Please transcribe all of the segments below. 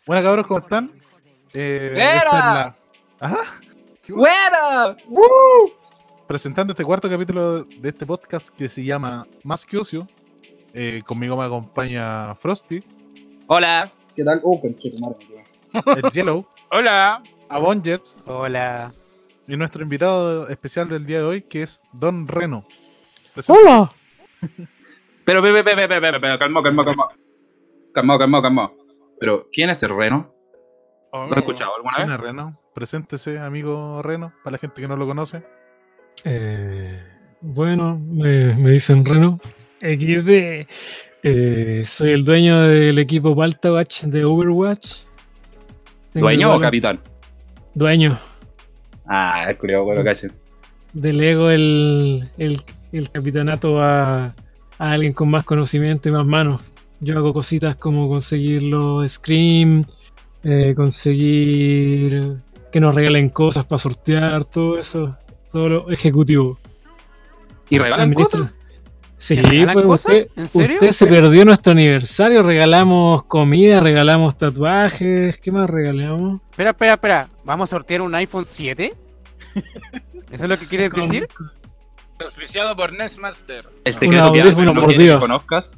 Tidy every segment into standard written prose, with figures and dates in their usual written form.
Buenas cabros, ¿cómo están? Esta es la... Ajá. ¡Buena! Presentando este cuarto capítulo de este podcast que se llama Más que Ocio. Conmigo me acompaña Frosty, Hola. ¿Qué tal? Conchetumare. el Yellow, Hola. Avenger Hola. y nuestro invitado especial del día de hoy, que es Don Reno. ¡Hola! Pero, calma. Pero, ¿quién es el Reno? Oh. ¿Lo has escuchado alguna ¿Quién vez? es Reno? Preséntese, amigo Reno, para la gente que no lo conoce. Bueno, me dicen Reno. XD. Soy el dueño del equipo Baltawatch de Overwatch. Tengo ¿Dueño igual o capitán? Dueño. Ah, es curioso, bueno, cacho. Delego el capitanato a alguien con más conocimiento y más manos. Yo hago cositas como conseguir los Scream, conseguir que nos regalen cosas para sortear, todo eso, todo lo ejecutivo. ¿Y regalan Administra- cosas? Sí, regalan pues cosas? usted, ¿En serio? usted se perdió nuestro aniversario, regalamos comida, regalamos tatuajes, ¿qué más regalamos? Espera. ¿Vamos a sortear un iPhone 7? ¿Eso es lo que quieres decir? Auspiciado por Nextmaster. El secreto que audífono no por quiere Dios. que conozcas.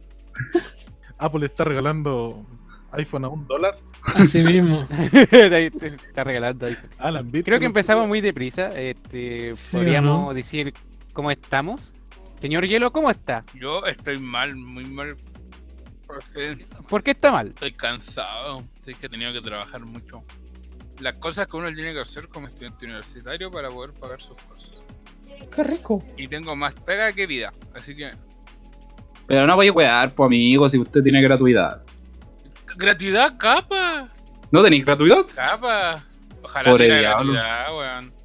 Apple está regalando iPhone a $1. Así mismo. Ahí te está regalando iPhone. Alan Beat. Creo que empezamos muy deprisa. Sí, Podríamos ¿o no? decir cómo estamos. Señor Hielo, ¿cómo está? Yo estoy mal, muy mal. Porque ¿Por qué está mal? estoy cansado. Es que he tenido que trabajar mucho. Las cosas que uno tiene que hacer como estudiante universitario para poder pagar sus cosas. Qué rico. Y tengo más pega que vida. Así que, Pero no voy a cuidar, pues amigo, si usted tiene gratuidad. gratuidad, capa. ¿No tenéis gratuidad? Capa. Ojalá Pobre tenga diablo. gratuidad, weón.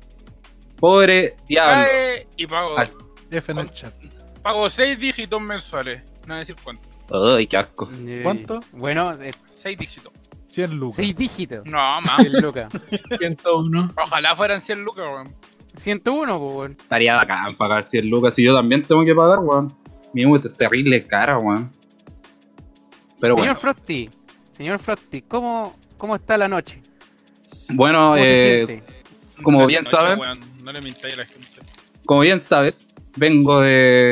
Pobre diablo. Cae y pago. Ay. F en el chat. Pago 6 dígitos mensuales. No voy a decir cuánto. Ay, qué asco. ¿Cuánto? Bueno, 6 dígitos. 100 lucas. 6 dígitos. No, más. El Luca. 101. Ojalá fueran 100 lucas, weón. 101, pues, bueno. Estaría bacán pagar 100 lucas y yo también tengo que pagar, weón. Mi es terrible cara, weón. Pero Señor bueno. Frosty, ¿cómo está la noche? Bueno, ¿Cómo se siente? como Noche, bien saben. weón. No le mintáis a la gente. como bien sabes, vengo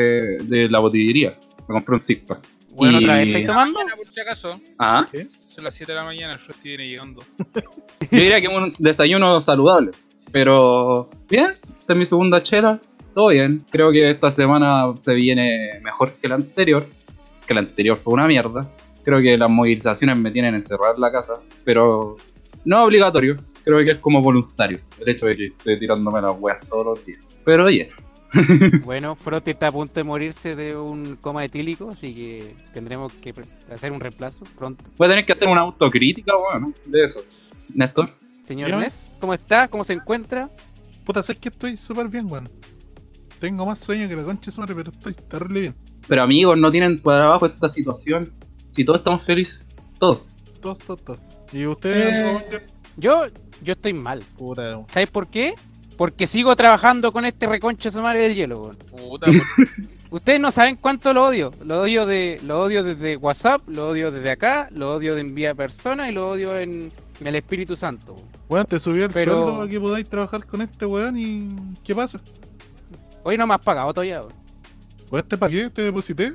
de la botillería. Me compré un six pack. Bueno, y- ¿otra vez estáis tomando? Mañana, por si acaso. Ah, Son las 7 de la mañana, el Frosty viene llegando. yo diría que un desayuno saludable. Pero bien, esta es mi segunda chela. Todo bien. Creo que esta semana se viene mejor que la anterior. Que la anterior fue una mierda. Creo que las movilizaciones me tienen encerrado en la casa. Pero no es obligatorio. Creo que es como voluntario. El hecho de que estoy tirándome las weas todos los días. Pero oye, Bueno, Frosty está a punto de morirse de un coma etílico, así que tendremos que hacer un reemplazo pronto. voy a tener que hacer una autocrítica, bueno, de eso. Néstor. Señor Dígame. Ness, ¿cómo está? ¿Cómo se encuentra? Puta, sabes que estoy súper bien, weón. Tengo más sueño que la concha de su madre, pero estoy terrible bien. Pero amigos, no tienen por abajo esta situación. Si todos estamos felices. Todos. Todos. ¿Y usted, amigo Avenger? Yo estoy mal. Puta, ¿Sabes por qué? Porque sigo trabajando con este reconcha su madre del hielo, weón. Puta, Ustedes no saben cuánto lo odio. Lo odio desde WhatsApp, lo odio desde acá, lo odio de envía persona y lo odio en el Espíritu Santo, weón. weón, te subió el Pero- sueldo para que podáis trabajar con este weón y... ¿Qué pasa? Hoy no me has pagado todavía, weón. Weón, ¿te pagué? ¿Te deposité?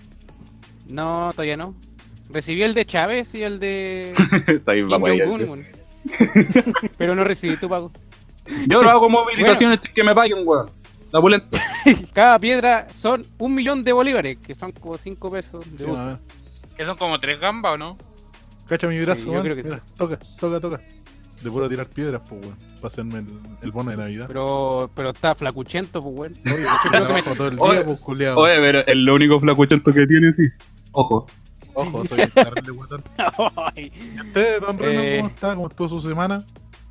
No, todavía no. Recibí el de Chávez y el de Está bien, Kim papá, ya, Jong-un, ya. weón. Pero no recibí tu pago. Yo no hago movilizaciones sin que me paguen, weón. La pulenta. Cada piedra son 1.000.000 de bolívares, que son como 5 pesos de Sí, uso. a ver. que son como 3 gambas, ¿o no? Cacha mi brazo, Sí, yo weón. creo que Mira, toca. De puro tirar piedras, pues, weón. Para hacerme el bono de Navidad. Pero está flacuchento, pues, weón. Oye, yo creo que me- trabajo todo el Oye, día, pues, culiao. Oye, pero es lo único flacuchento que tiene, sí. Ojo. Ojo, soy un terrible guatón. Ay, ¿Y usted, don Reno, Eh. cómo está? ¿Cómo estuvo su semana?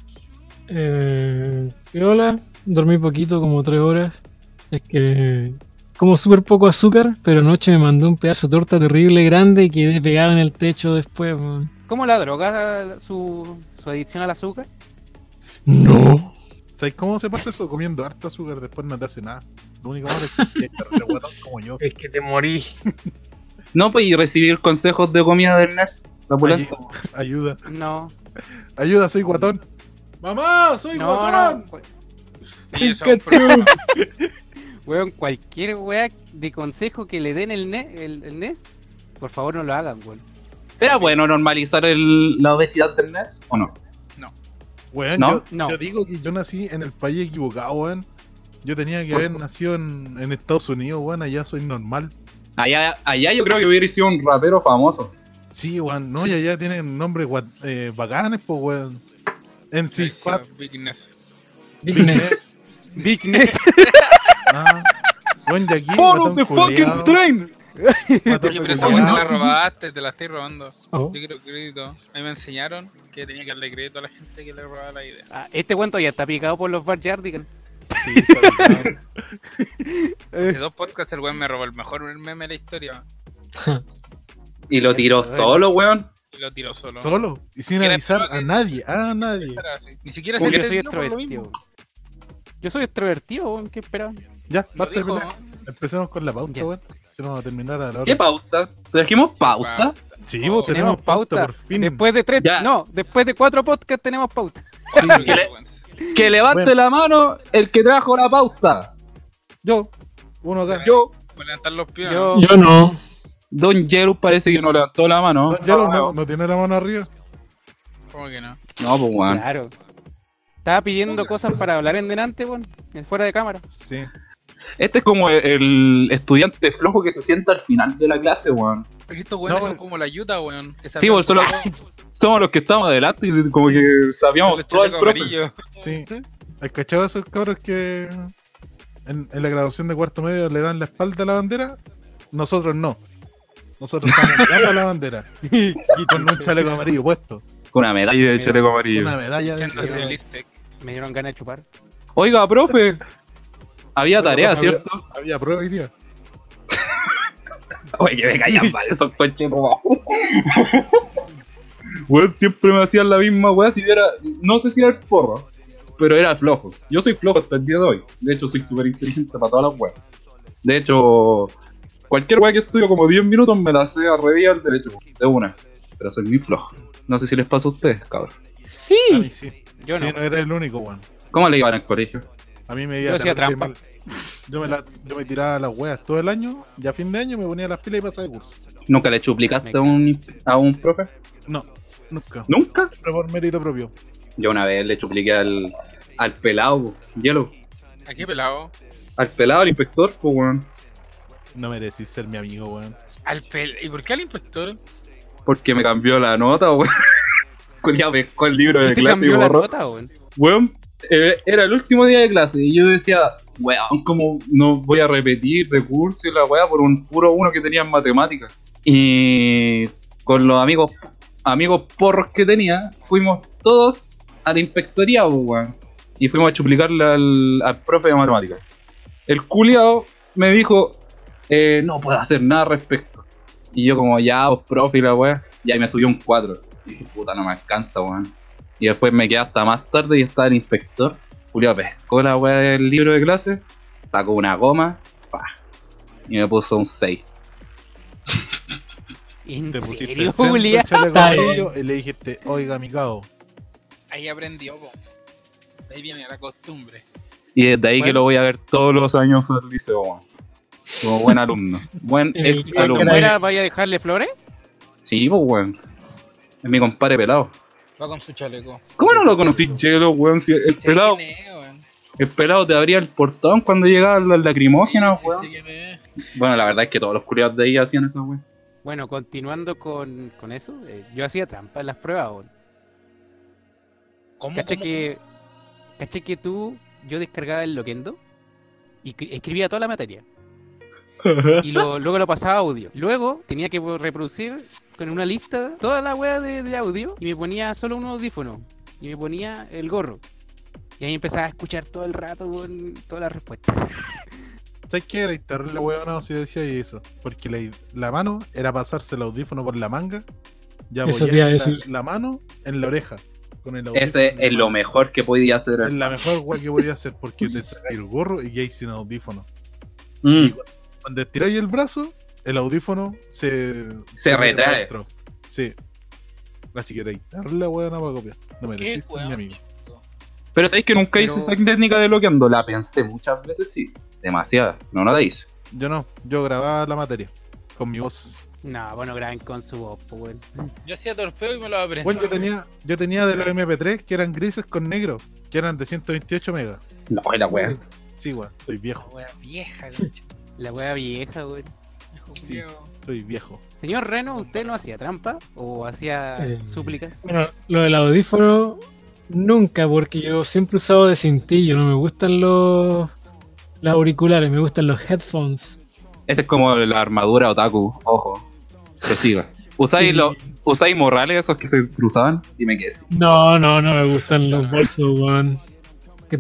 Hola, dormí poquito, como 3 horas. Es que como súper poco azúcar, pero anoche me mandó un pedazo de torta terrible grande y quedé pegado en el techo después, weón. ¿Cómo la droga su adicción al azúcar? No. ¿Sabes cómo se pasa eso? Comiendo harta azúcar, después no te hace nada. Lo único malo es que es terrible guatón como yo. Es que te morí. No, pues y recibir consejos de comida del NES La pulenta. Ayuda. No, Ayuda, soy guatón. ¡Mamá, soy no, guatón! no. Y eso es un problema. Weón, cualquier weá de consejo que le den el NES, por favor no lo hagan, weón. ¿Será bueno normalizar la obesidad del NES o no? Weón, ¿No? No. yo digo que yo nací en el país equivocado, weón. Yo tenía que haber nacido en Estados Unidos, weón. Allá soy normal. Allá yo creo que hubiera sido un rapero famoso. Sí, weón. No, y allá tienen nombres bacanes, pues, weón. MC Fat, Big Ness. Big Ness. Big NES. Ah, weón, y aquí, ¡Follow the guatón fucking culiao, train! guatón Oye, pero esa culiao. weá te la robaste, te la estoy robando. Oh. Yo quiero crédito. A mí me enseñaron que tenía que darle crédito a la gente que le robaba la idea. Ah, este cuento ya está picado por los Barjardigan. Sí, está picado. De 2 podcasts el weón me robó el mejor meme de la historia. Y lo tiró solo, weón. Y lo tiró solo. Solo y sin Era avisar como a que- nadie, a nadie. Era así. Ni siquiera Porque yo se soy entendió por lo extrovertido. mismo. Yo soy extrovertido, weón, ¿qué esperaba? Ya, Lo basta de dijo, pelear. Empecemos con la pauta, Ya. weón. Si no vamos a terminar a la hora. ¿Qué pauta? ¿Trajimos pauta? Sí, vos tenemos pauta por fin. Después de Ya. después de 4 podcasts tenemos pauta. Sí, Que Que levante Bueno. la mano el que trajo la pauta. yo, uno acá. Yo, Voy a levantar los pies. Yo, Yo no. Don Jerus parece que no levantó la mano. Don Yellow no tiene la mano arriba. ¿Cómo que no? No, pues weón. claro. Estaba pidiendo cosas para hablar en delante, weón, fuera de cámara. Sí. Este es como el estudiante flojo que se sienta al final de la clase, weón. Pero estos weones No, son como la ayuda, weón. Que Sí, sabían pues solo todo, somos los que estamos adelante y como que sabíamos los todo el chalecos profe. amarillos. Sí. ¿Has cachado a esos cabros que en la graduación de cuarto medio le dan la espalda a la bandera? Nosotros no. Nosotros estamos mirando a la bandera. Con un chaleco amarillo puesto. Con una medalla de chaleco amarillo. Una medalla de Echándose el Listec. Me dieron ganas de chupar. Oiga, profe. Había Oiga, tarea, profe, ¿cierto? Había prueba hoy día. Oye, que me callan mal esos coches, weón, siempre me hacían la misma weá si era. No sé si era el porro, pero era flojo. Yo soy flojo hasta el día de hoy. De hecho, soy súper inteligente para todas las weas. De hecho, cualquier weá que estudio como 10 minutos me la sé a revía al derecho, de una. Pero soy muy flojo. No sé si les pasa a ustedes, cabrón. A mí Sí. sí. Yo Sí, no. no era el único, weón. ¿Cómo le iban al colegio? A mí me Yo iba hacía terrible trampa. mal. Yo me tiraba las weas todo el año y a fin de año me ponía las pilas y pasaba de curso. ¿Nunca le chuplicaste a un profe? No, nunca. ¿Nunca? Pero por mérito propio. Yo una vez le chupliqué al pelado, po, Yellow. Aquí pelado. Al pelado, al inspector, pues weón. No merecís ser mi amigo, weón. ¿Y por qué al inspector? Porque me cambió la nota, weón. Culiao pescó el libro ¿Qué de te clase y cambió la borró. nota, weón? Weón, era el último día de clase y yo decía, weón, ¿cómo no voy a repetir recurso y la weá por un puro uno que tenía en matemáticas? Y con los amigos porros que tenía, fuimos todos a la inspectoría, weón. Y fuimos a chuplicarle al profe de matemáticas. El culiao me dijo, no puedo hacer nada al respecto. Y yo como, ya, vos, profe, y la weá. Y ahí me subió un 4. Y dije, puta, no me alcanza, weón. Y después me quedé hasta más tarde y estaba el inspector. Julio pescó la weá del libro de clase, sacó una goma, pa, y me puso un 6. ¿En Te pusiste serio, el centro, Julia? el chaleco Está amarillo y le dijiste, oiga, mi cabo. Ahí aprendió, po. De ahí viene la costumbre. Y desde ahí que Bueno. lo voy a ver todos los años al liceo, weón. Como buen alumno. Buen El ex Cuando alumno. muera, ¿vaya a dejarle flores? Sí, pues weón. Es mi compadre pelado. Va con su chaleco. ¿Cómo no lo conocí, Chelo, weón? Si el Sí sé pelado, quién es, weón. el pelado te abría el portón cuando llegaban las lacrimógenas, Sí weón. sé quién es. Bueno, la verdad es que todos los culiados de ahí hacían eso, weón. Bueno, continuando con eso, yo hacía trampa en las pruebas, weón. ¿Cómo? Caché que yo descargaba el Loquendo y escribía toda la materia. Y luego lo pasaba a audio. Luego tenía que reproducir con una lista toda la wea de audio y me ponía solo un audífono y me ponía el gorro. Y ahí empezaba a escuchar todo el rato con todas las respuestas. ¿Sabes qué? Era terrible, weón, no, si decía eso. Porque la mano era pasarse el audífono por la manga. Ya Eso te iba a apoyar decir. la mano en la oreja. Con el audífono Ese en la es lo mano. mejor que podía hacer. Es la mejor weá que podía hacer porque te sacáis el gorro y quedáis sin audífono. Mm. Cuando estiráis el brazo, el audífono se Se mete retrae. para adentro. Sí. Así que darle la weón para copiar. No me ¿Qué, decís weón? mi amigo. Pero sabéis que nunca hice Pero- esa técnica de bloqueando. La pensé muchas veces, sí. Demasiada. No la hice. Yo no, yo grababa la materia con mi voz. No, bueno, graben con su voz, pues, weón. Yo hacía torpeo y me lo aprendí. Bueno, yo tenía de los MP3 que eran grises con negro, que eran de 128 megas. No, la wea. Sí, weón, soy viejo, Wea vieja, concha. La wea vieja, weón. Viejo Sí. culiao. soy viejo. Señor Reno, ¿usted no hacía trampa o hacía súplicas? Bueno, lo del audífono nunca, porque yo siempre he usado de cintillo, no me gustan los auriculares, me gustan los headphones. Esa es como la armadura otaku. Ojo. Que siga. ¿Usáis, ¿Usáis morrales esos que se cruzaban? Dime que sí. No me gustan los bolsos, weón. Que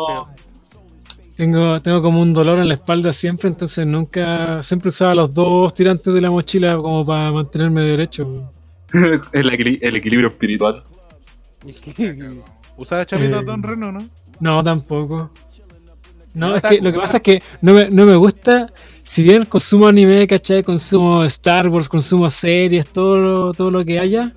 tengo como un dolor en la espalda siempre, entonces siempre usaba los dos tirantes de la mochila como para mantenerme derecho, weón. El equilibrio espiritual. ¿Usaba chapitas Eh, Don Reno, no? No, tampoco. No, No, es que lo que pasa es que no me gusta, si bien consumo anime, ¿cachai? Consumo Star Wars, consumo series, todo lo que haya,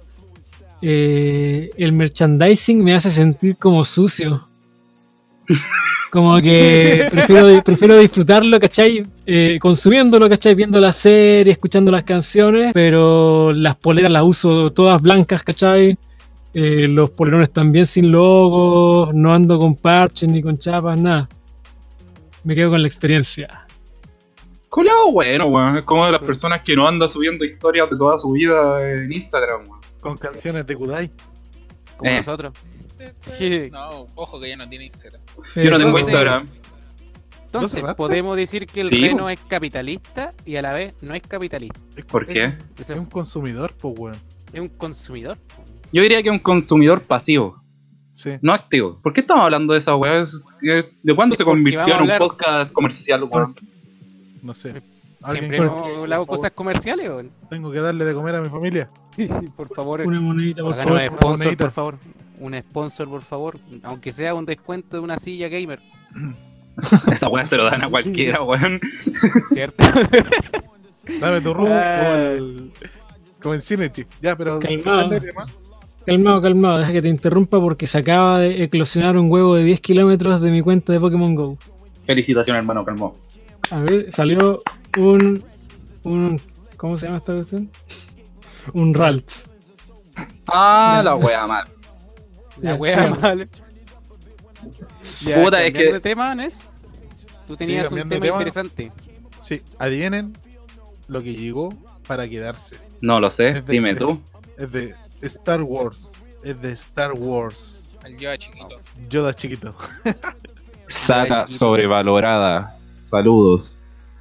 el merchandising me hace sentir como sucio. Como que prefiero disfrutarlo, ¿cachai? Consumiéndolo, ¿cachai? Viendo la serie, escuchando las canciones, pero las poleras las uso todas blancas, ¿cachai? Los polerones también sin logos, no ando con parches ni con chapas, nada. Me quedo con la experiencia. Culeado bueno, weón. Es como de las personas que no anda subiendo historias de toda su vida en Instagram, weón. Con canciones de Kudai. Como Eh. nosotros. No, ojo que ya no tiene Instagram. Yo no tengo Pero- Instagram. Entonces, cerraste? podemos decir que el Sí, Reno po. es capitalista y a la vez no es capitalista. ¿Por qué? Es, Es un consumidor, pues, weón. es un consumidor. Yo diría que es un consumidor pasivo, Sí. no activo. ¿Por qué estamos hablando de esa weá? ¿De cuándo se Porque convirtió vamos a en un hablar- podcast comercial, weón? No sé. Alguien Siempre que- hemos por hablado favor, cosas comerciales, weón. tengo que darle de comer a mi familia. Por favor, Una monedita, por háganos favor. un sponsor, monedita. por favor. Un sponsor, por favor. Aunque sea un descuento de una silla gamer. Esa weá se lo dan a cualquiera, weón. ¿Cierto? Dame tu rumbo Ah. como el Synergy. Ya, pero Calmado. cambia de tema. Calmado, deja que te interrumpa porque se acaba de eclosionar un huevo de 10 kilómetros de mi cuenta de Pokémon GO. Felicitaciones, hermano, calmó. A ver, salió un ¿cómo se llama esta versión? Un Ralt. Ah, Ya. la weá mal. La Ya, wea sigamos. mal. Ya, Puta, es cambiando que- de tema, Nes. Tú tenías un cambiando de tema tema. interesante. Sí, adivinen lo que llegó para quedarse. No lo sé, Es de- dime es- tú. Es de Star Wars. Es de Star Wars. El Yoda chiquito. Yoda chiquito. Saga chiquito. sobrevalorada. Saludos.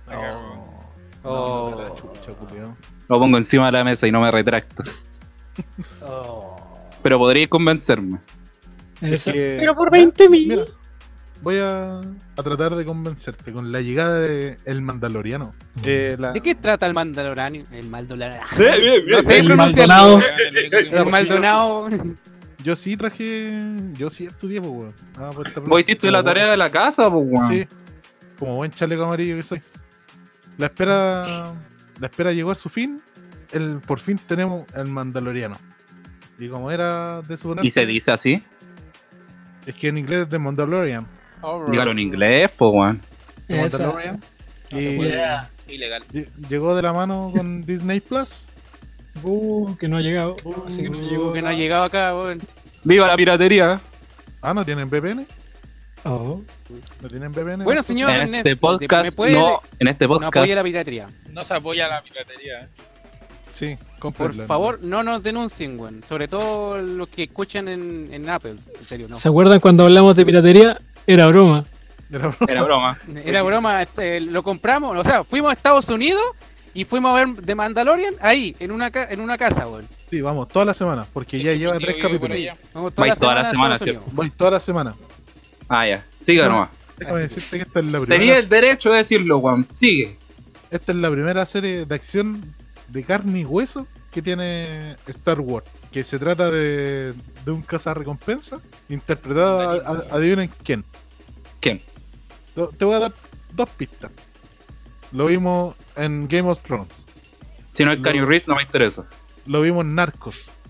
Oh. Mándate la chucha, culiao. Lo pongo encima de la mesa y no me retracto. Oh. Pero podríais convencerme. Es que- Pero por ya, 20.000. Mira, voy a tratar de convencerte con la llegada de El Mandaloriano. ¿De qué trata el Mandaloriano? El Maldonado. Bien, No sé El pronunciarlo. Maldonado. El Maldonado. Yo sí estudié, pues, weón. Ah, pues, esta Vos hiciste como la buen- tarea de la casa, pues, weón. Sí, como buen chaleco amarillo que soy. La espera llegó a su fin. Por fin tenemos el Mandaloriano. Y como era de suponerse, Y se dice así. es que en inglés es The Mandalorian. Dígalo en inglés, pues, weón. The Esa. Mandalorian. Y Yeah. Ilegal. llegó de la mano con Disney Plus. Que no ha llegado. Así que no llegó. Que no ha llegado acá, weón. ¡Viva la piratería! Ah, ¿no tienen VPN? Oh. ¿No tienen VPN? Bueno, señor En Nes, este podcast, ¿me puede- no, en este no podcast, apoya la piratería. No se apoya la piratería. Sí, Por cómprenlo. favor, no nos denuncien, weón. Sobre todo los que escuchan en Apple. En serio, no. ¿Se acuerdan cuando hablamos de piratería? Era broma. Era era broma. Era broma, lo compramos. O sea, fuimos a Estados Unidos y fuimos a ver The Mandalorian ahí, en una casa, weón. Sí, vamos, toda la semana, porque ya lleva 3 capítulos. Vamos Vais toda la a semana, Estados Unidos. Voy toda la semana. Ah, ya. Siga No. nomás. Déjame decirte que esta es la Tenía primera, el derecho de decirlo, weón. Sigue. esta es la primera serie de acción de carne y hueso que tiene Star Wars. Que se trata de un cazarrecompensa interpretado, adivinen quién. ¿Quién? Te voy a dar 2 pistas. Lo vimos en Game of Thrones. Si no es Kenny Reeves, no me interesa. Lo vimos en Narcos.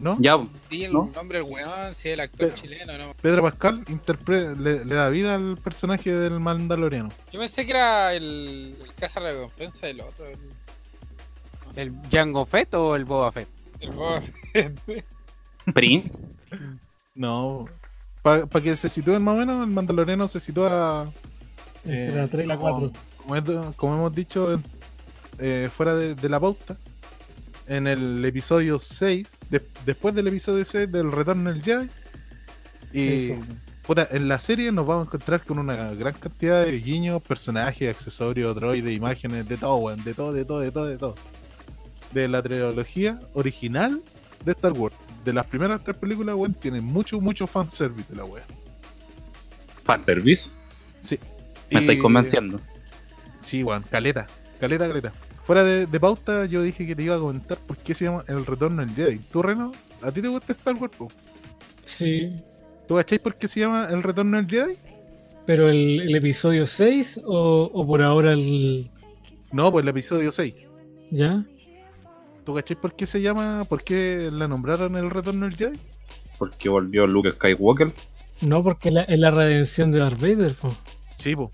¿no? Ya, Sí, el ¿no? nombre del weón, si es el actor Pe- chileno, ¿no? Pedro Pascal le da vida al personaje del Mandaloriano. Yo pensé que era el caza recompensa del otro. No sé, ¿El Jango Fett o el Boba Fett? el Boba Fett. Prince. No. Para que se sitúen más o menos, el Mandaloriano se sitúa. Entre la 3 y la como, 4. como hemos dicho, fuera de la pauta, en el episodio 6, después del episodio 6 del Retorno del Jedi. Y Eso. puta, en la serie nos vamos a encontrar con una gran cantidad de guiños, personajes, accesorios, droides, imágenes, de todo, weón, de todo. De la trilogía original de Star Wars. De las primeras 3 películas, weón, tiene mucho fanservice de la weá. Fanservice. Sí. Me estáis convenciendo. Sí, weón, caleta. Fuera de pauta, yo dije que te iba a comentar por qué se llama El Retorno del Jedi. ¿Tú, Reno? ¿A ti te gusta Star Wars, po? Sí. ¿Tú cacháis por qué se llama El Retorno del Jedi? ¿Pero el episodio 6 o por ahora el. No, pues el episodio 6. ¿Ya? ¿Tú cacháis por qué se llama, por qué la nombraron El Retorno del Jedi? Porque volvió Luke Skywalker. No, porque es la redención de Darth Vader, po. Sí, po.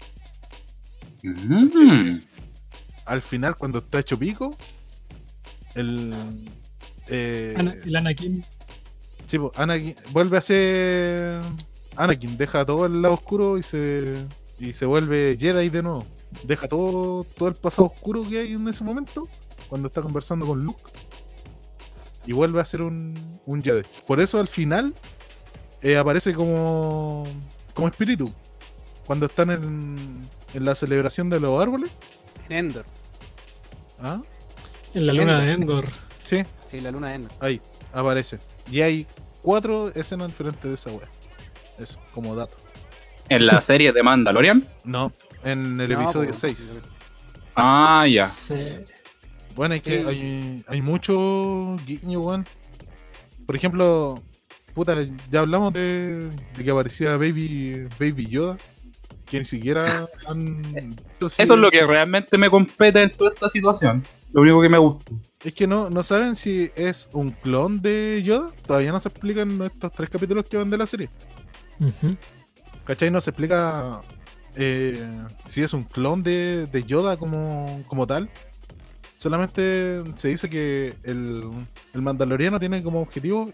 Mm. Al final, cuando está hecho pico, el. El Anakin. Sí, po, Anakin vuelve a ser. Anakin deja todo el lado oscuro y se vuelve Jedi de nuevo. Deja todo el pasado oscuro que hay en ese momento, cuando está conversando con Luke, y vuelve a ser un Jedi. Por eso al final aparece como espíritu. Cuando están en la celebración de los árboles. En Endor. ¿Ah? En la luna de Endor. Sí, Sí, la luna de Endor. ahí aparece. Y hay 4 escenas diferentes de esa wea. Eso, como dato. En la serie de Mandalorian. No, en el No, episodio pues, 6. Ah, ya. Sí. Bueno, es que hay mucho guiño, weón. Por ejemplo, puta, ya hablamos de que aparecía Baby Yoda, que ni siquiera han... Eso es lo que realmente me compete en toda esta situación. Lo único que me gusta. Es que no saben si es un clon de Yoda. Todavía no se explican en estos 3 capítulos que van de la serie. Ujú. ¿Cachai? No se explica si es un clon de Yoda como tal. Solamente se dice que el Mandaloriano tiene como objetivo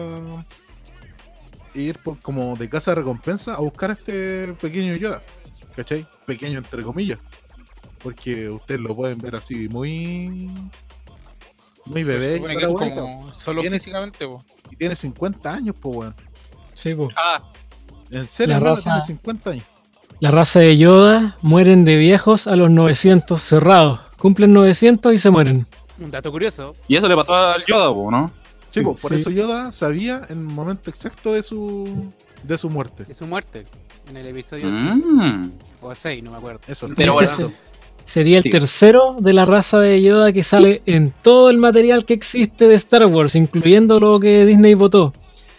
ir por como de casa de recompensa a buscar a este pequeño Yoda. ¿Cachai? Pequeño entre comillas. Porque ustedes lo pueden ver así muy bebé. Se Y supone toda que la es weá, como solo Tiene- físicamente, po. y tiene 50 años, pues weón. Sí, po. Ah, En serio, La hermano, raza- tiene 50 años. La raza de Yoda mueren de viejos a los 900 cerrados. Cumplen 900 y se mueren. Un dato curioso. Y eso le pasó al Yoda, po, ¿no? Sí, pues, por sí. eso Yoda sabía el momento exacto de su muerte. De su muerte. En el episodio 5 Mm. o 6, no me acuerdo. Eso. Pero Este bueno. sería el Sí. tercero de la raza de Yoda que sale en todo el material que existe de Star Wars, incluyendo lo que Disney votó.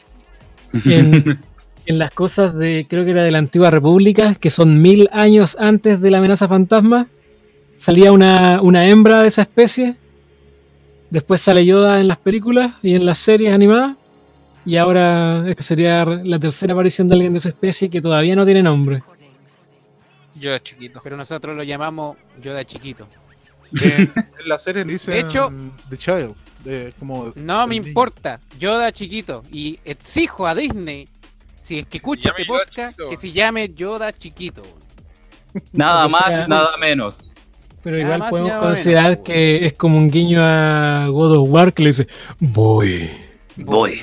En las cosas de, creo que era de la Antigua República, que son 1000 años antes de la amenaza fantasma, salía una hembra de esa especie. Después sale Yoda en las películas y en las series animadas. Y ahora esta sería la tercera aparición de alguien de esa especie que todavía no tiene nombre. yo era chiquito. Pero nosotros lo llamamos Yoda chiquito. En la serie le dicen De hecho- The Child. Como No me el niño. importa, Yoda chiquito. Y exijo a Disney, si es que escucha llame este Yoda podcast, chiquito. que se llame Yoda chiquito. Nada Porque más, sea- nada menos. Pero Nada igual más y podemos nada menos, considerar po. que es como un guiño a God of War que le dice Boy. Voy.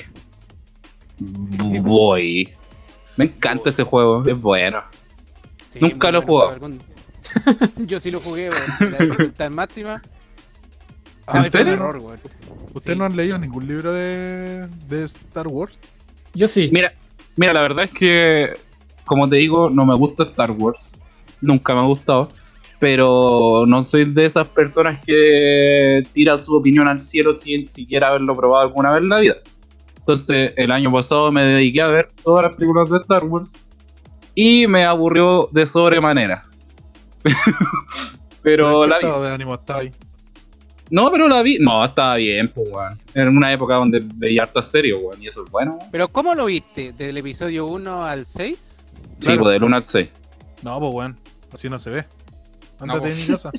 Voy. Me encanta ese juego, es bueno. Sí, Nunca muy lo he bueno, jugado. algún- Yo sí lo jugué, weón. La dificultad máxima. ¿En fue serio? un error, weón. ¿Ustedes Sí. no han leído ningún libro de Star Wars? Yo sí. Mira, la verdad es que, como te digo, no me gusta Star Wars. Nunca me ha gustado. Pero no soy de esas personas que tira su opinión al cielo sin siquiera haberlo probado alguna vez en la vida. Entonces, el año pasado me dediqué a ver todas las películas de Star Wars y me aburrió de sobremanera. Pero ¿En qué la vi. estado de ánimo está ahí? No, pero la vi. No, estaba bien, pues, weón. En una época donde veía hartas series, weón. Y eso es bueno, weón. Pero ¿cómo lo viste? ¿Del episodio 1 al 6? Sí, Claro. pues del 1 al 6. No, pues weón. Así no se ve. No, Ándate de pues. mi casa.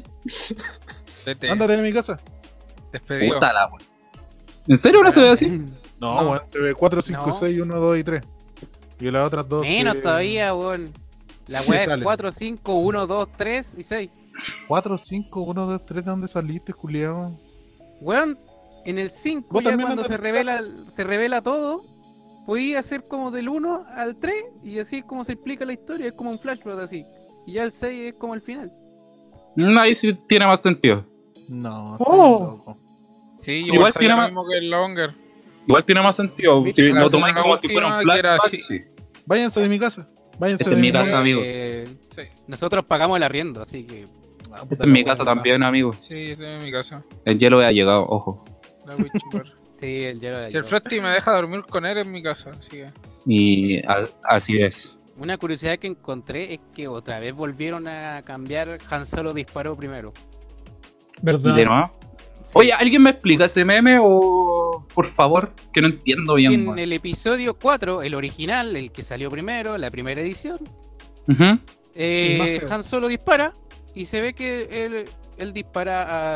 Vete, Ándate de mi casa. despedido. Puta la weón. ¿En serio no se ve así? No, No. weón. Se ve 4, 5, No. 6, 1, 2 y 3. Y las otras dos. Menos que- todavía, weón. La ¿Qué weá es sale? 4, 5, 1, 2, 3 y 6. 4, 5, 1, 2, 3. ¿De dónde saliste, culiao? Weón, en el 5 Vos ya también cuando andas se revela todo, podía hacer como del 1 al 3 y así es como se explica la historia, es como un flashback así. Y ya el 6 es como el final. Ahí sí tiene más sentido. No, Oh. estoy loco. Sí, Igual igual tiene tiene más- lo mismo que el Longer. Igual tiene más sentido. Si La lo tomáis segunda como si fuera un última que era flashback, así. sí. Váyanse de mi casa. Váyanse Esta de es mi mi casa, amigo. Sí, Nosotros pagamos el arriendo, así que Ah, puta Esta la es mi weá, casa ¿verdad? también, amigo. sí, yo estoy en mi casa. El hielo ha llegado, ojo. La voy a chupar. sí, el Gerald Si el ayudó. Frosty me deja dormir con él en mi casa, así que. Y así es. Una curiosidad que encontré es que otra vez volvieron a cambiar. Han Solo disparó primero. ¿Verdad? ¿De nuevo? Sí. Oye, ¿alguien me explica ese meme o por favor? Que no entiendo bien. En weón. el episodio 4, el original, el que salió primero, la primera edición, Ujú. El más feo. Han Solo dispara y se ve que él dispara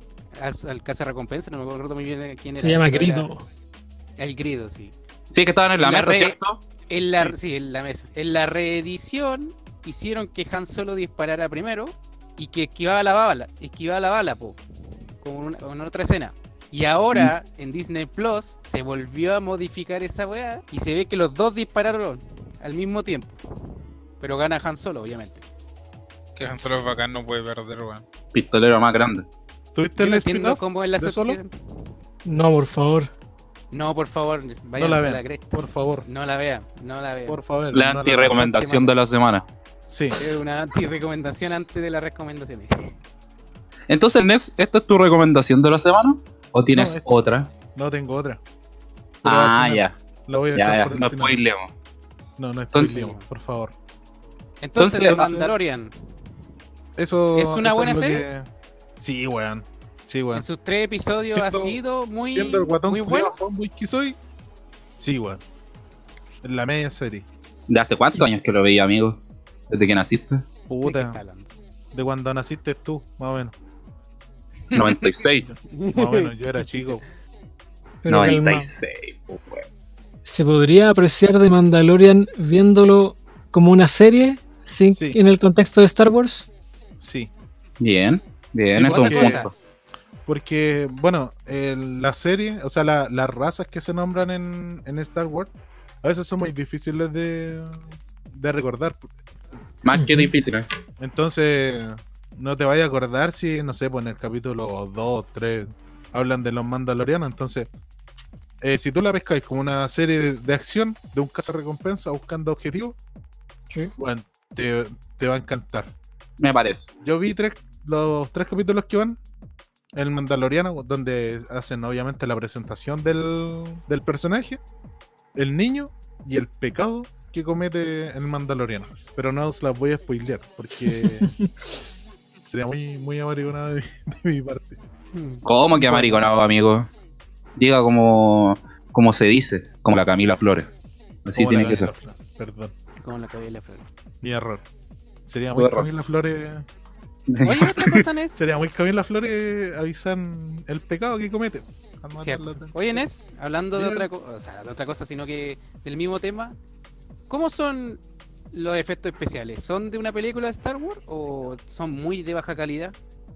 al cazarrecompensa, no me acuerdo muy bien quién era. Se llama pero era Grido. El Grido, sí. Sí, que estaban en la La mesa, re- ¿cierto? Sí, en la mesa. En la reedición hicieron que Han Solo disparara primero y que esquivaba la bala, po, con otra escena. Y ahora en Disney Plus se volvió a modificar esa weá y se ve que los dos dispararon al mismo tiempo. Pero gana Han Solo, obviamente. Que Han Solo es bacán, no puede perder, weón. Pistolero más grande. ¿Tuviste Yo el no entiendo spin-off? cómo es la de Solo? asociación. No, por favor. No, por favor, vayan No la a la vean, cresta. por favor. No la vean, no la vean. Por favor. La no anti-recomendación de la semana. Sí. Es una anti-recomendación antes de las recomendaciones. Entonces, Nes, ¿esta es tu recomendación de la semana? ¿O tienes No, es- otra? No tengo otra. Pero al Ah, final ya. La voy a Ya, dejar ya. por el No final. spoilemos. No, no Entonces- spoilemos, por favor. Entonces, Entonces- The Mandalorian, Eso. ¿Es una eso buena lo serie? que- Sí, weón. Sí, weón. en sus 3 episodios ha Siendo- sido muy, Viendo el guatón muy culiao bueno. fanboy que soy. Sí, weón. En la media serie. ¿De hace cuántos años que lo veía, amigo? ¿Desde que naciste? ¿De qué está Puta. hablando? De cuando naciste tú, más o menos. 96. Más o menos, yo era chico. Pero calma. 96, pues, weón. ¿Se podría apreciar de Mandalorian viéndolo como una serie sin, Sí. en el contexto de Star Wars? Sí. Bien, bien, Sí, eso es un porque- punto. Porque, bueno, la serie, o sea, las razas que se nombran en Star Wars, a veces son muy difíciles de recordar. Más que Ujú. difícil, ¿eh? Entonces, no te vayas a acordar si, no sé, pues en el capítulo 2, 3 hablan de los mandalorianos. Entonces, si tú la pescáis como una serie de acción de un cazarrecompensa buscando objetivos, Sí. bueno, te va a encantar. Me parece. Yo vi los 3 capítulos que van. El Mandaloriano, donde hacen obviamente la presentación del personaje, el niño y el pecado que comete el Mandaloriano. Pero no os las voy a spoilear porque sería muy, muy amargonado de mi parte. ¿Cómo que amariconado, amigo? Diga como se dice, como la Camila Flores. Así Como tiene la que ser. Camila Flores. Perdón, Como la cabella flor. mi error. Sería Tu muy error. Camila Flores. Oye, otra cosa, Nes. Sería muy Camila Flores avisan el pecado que comete. Al matar Cierto. la- Oye, Nes, hablando de Diga. de otra cosa, sino que del mismo tema, ¿cómo son los efectos especiales? ¿Son de una película de Star Wars o son muy de baja calidad?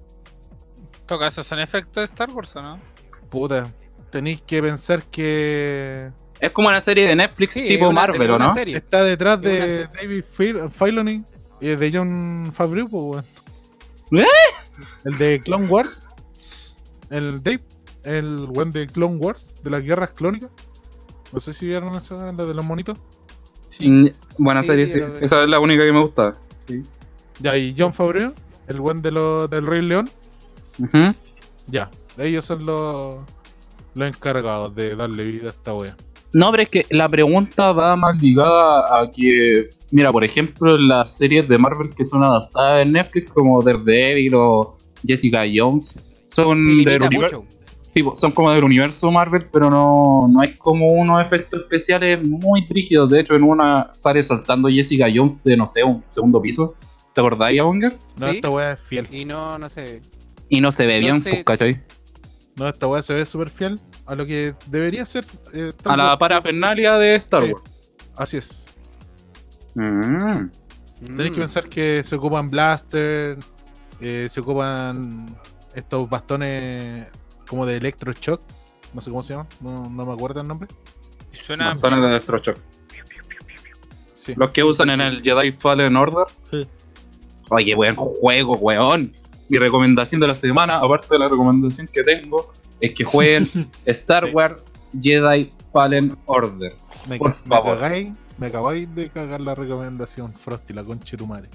En todo caso, ¿son efectos de Star Wars o no? Puta, tenéis que pensar que Es como una serie de Netflix Sí, tipo es una- Marvel, es ¿o una no? serie. está detrás Es una de David Filoni y de John Favreau, pues, weón. ¿Eh? El de Clone Wars. El Dave, el buen de Clone Wars, de las guerras clónicas. No sé si vieron esa, la de los monitos. Buena Sí, serie, sí, sí. lo vi. Esa es la única que me gusta. Sí. Ya, y John Favreau, el buen del Rey León. Ujú. Ya, ellos son los encargados de darle vida a esta wea. No, pero es que la pregunta va más ligada a que, mira, por ejemplo, las series de Marvel que son adaptadas en Netflix, como Daredevil o Jessica Jones, son Se del limita universo. mucho. Tipo, son como del universo Marvel, pero no hay como unos efectos especiales muy brígidos. De hecho, en una sale saltando Jessica Jones de, no sé, un segundo piso. ¿Te acordáis, Abonger? No, ¿Sí? esta weá es fiel. Y no sé. Y no se ve No bien, sé. pues, ¿cachai? No, esta weá se ve súper fiel a lo que debería ser Star A la Wars. parafernalia de Star Sí. Wars. Así es. Mm. Tenéis que pensar que se ocupan blaster, se ocupan estos bastones como de electroshock. No sé cómo se llaman, no me acuerdo el nombre. Suena Bastones de Electroshock. Sí. Los que usan en el Jedi Fallen Order. Sí. Oye, buen juego, weón. Mi recomendación de la semana, aparte de la recomendación que tengo, es que jueguen Star Sí. Wars Jedi Fallen Order. Por favor. Me acabáis de cagar la recomendación, Frosty, la concha de tu madre.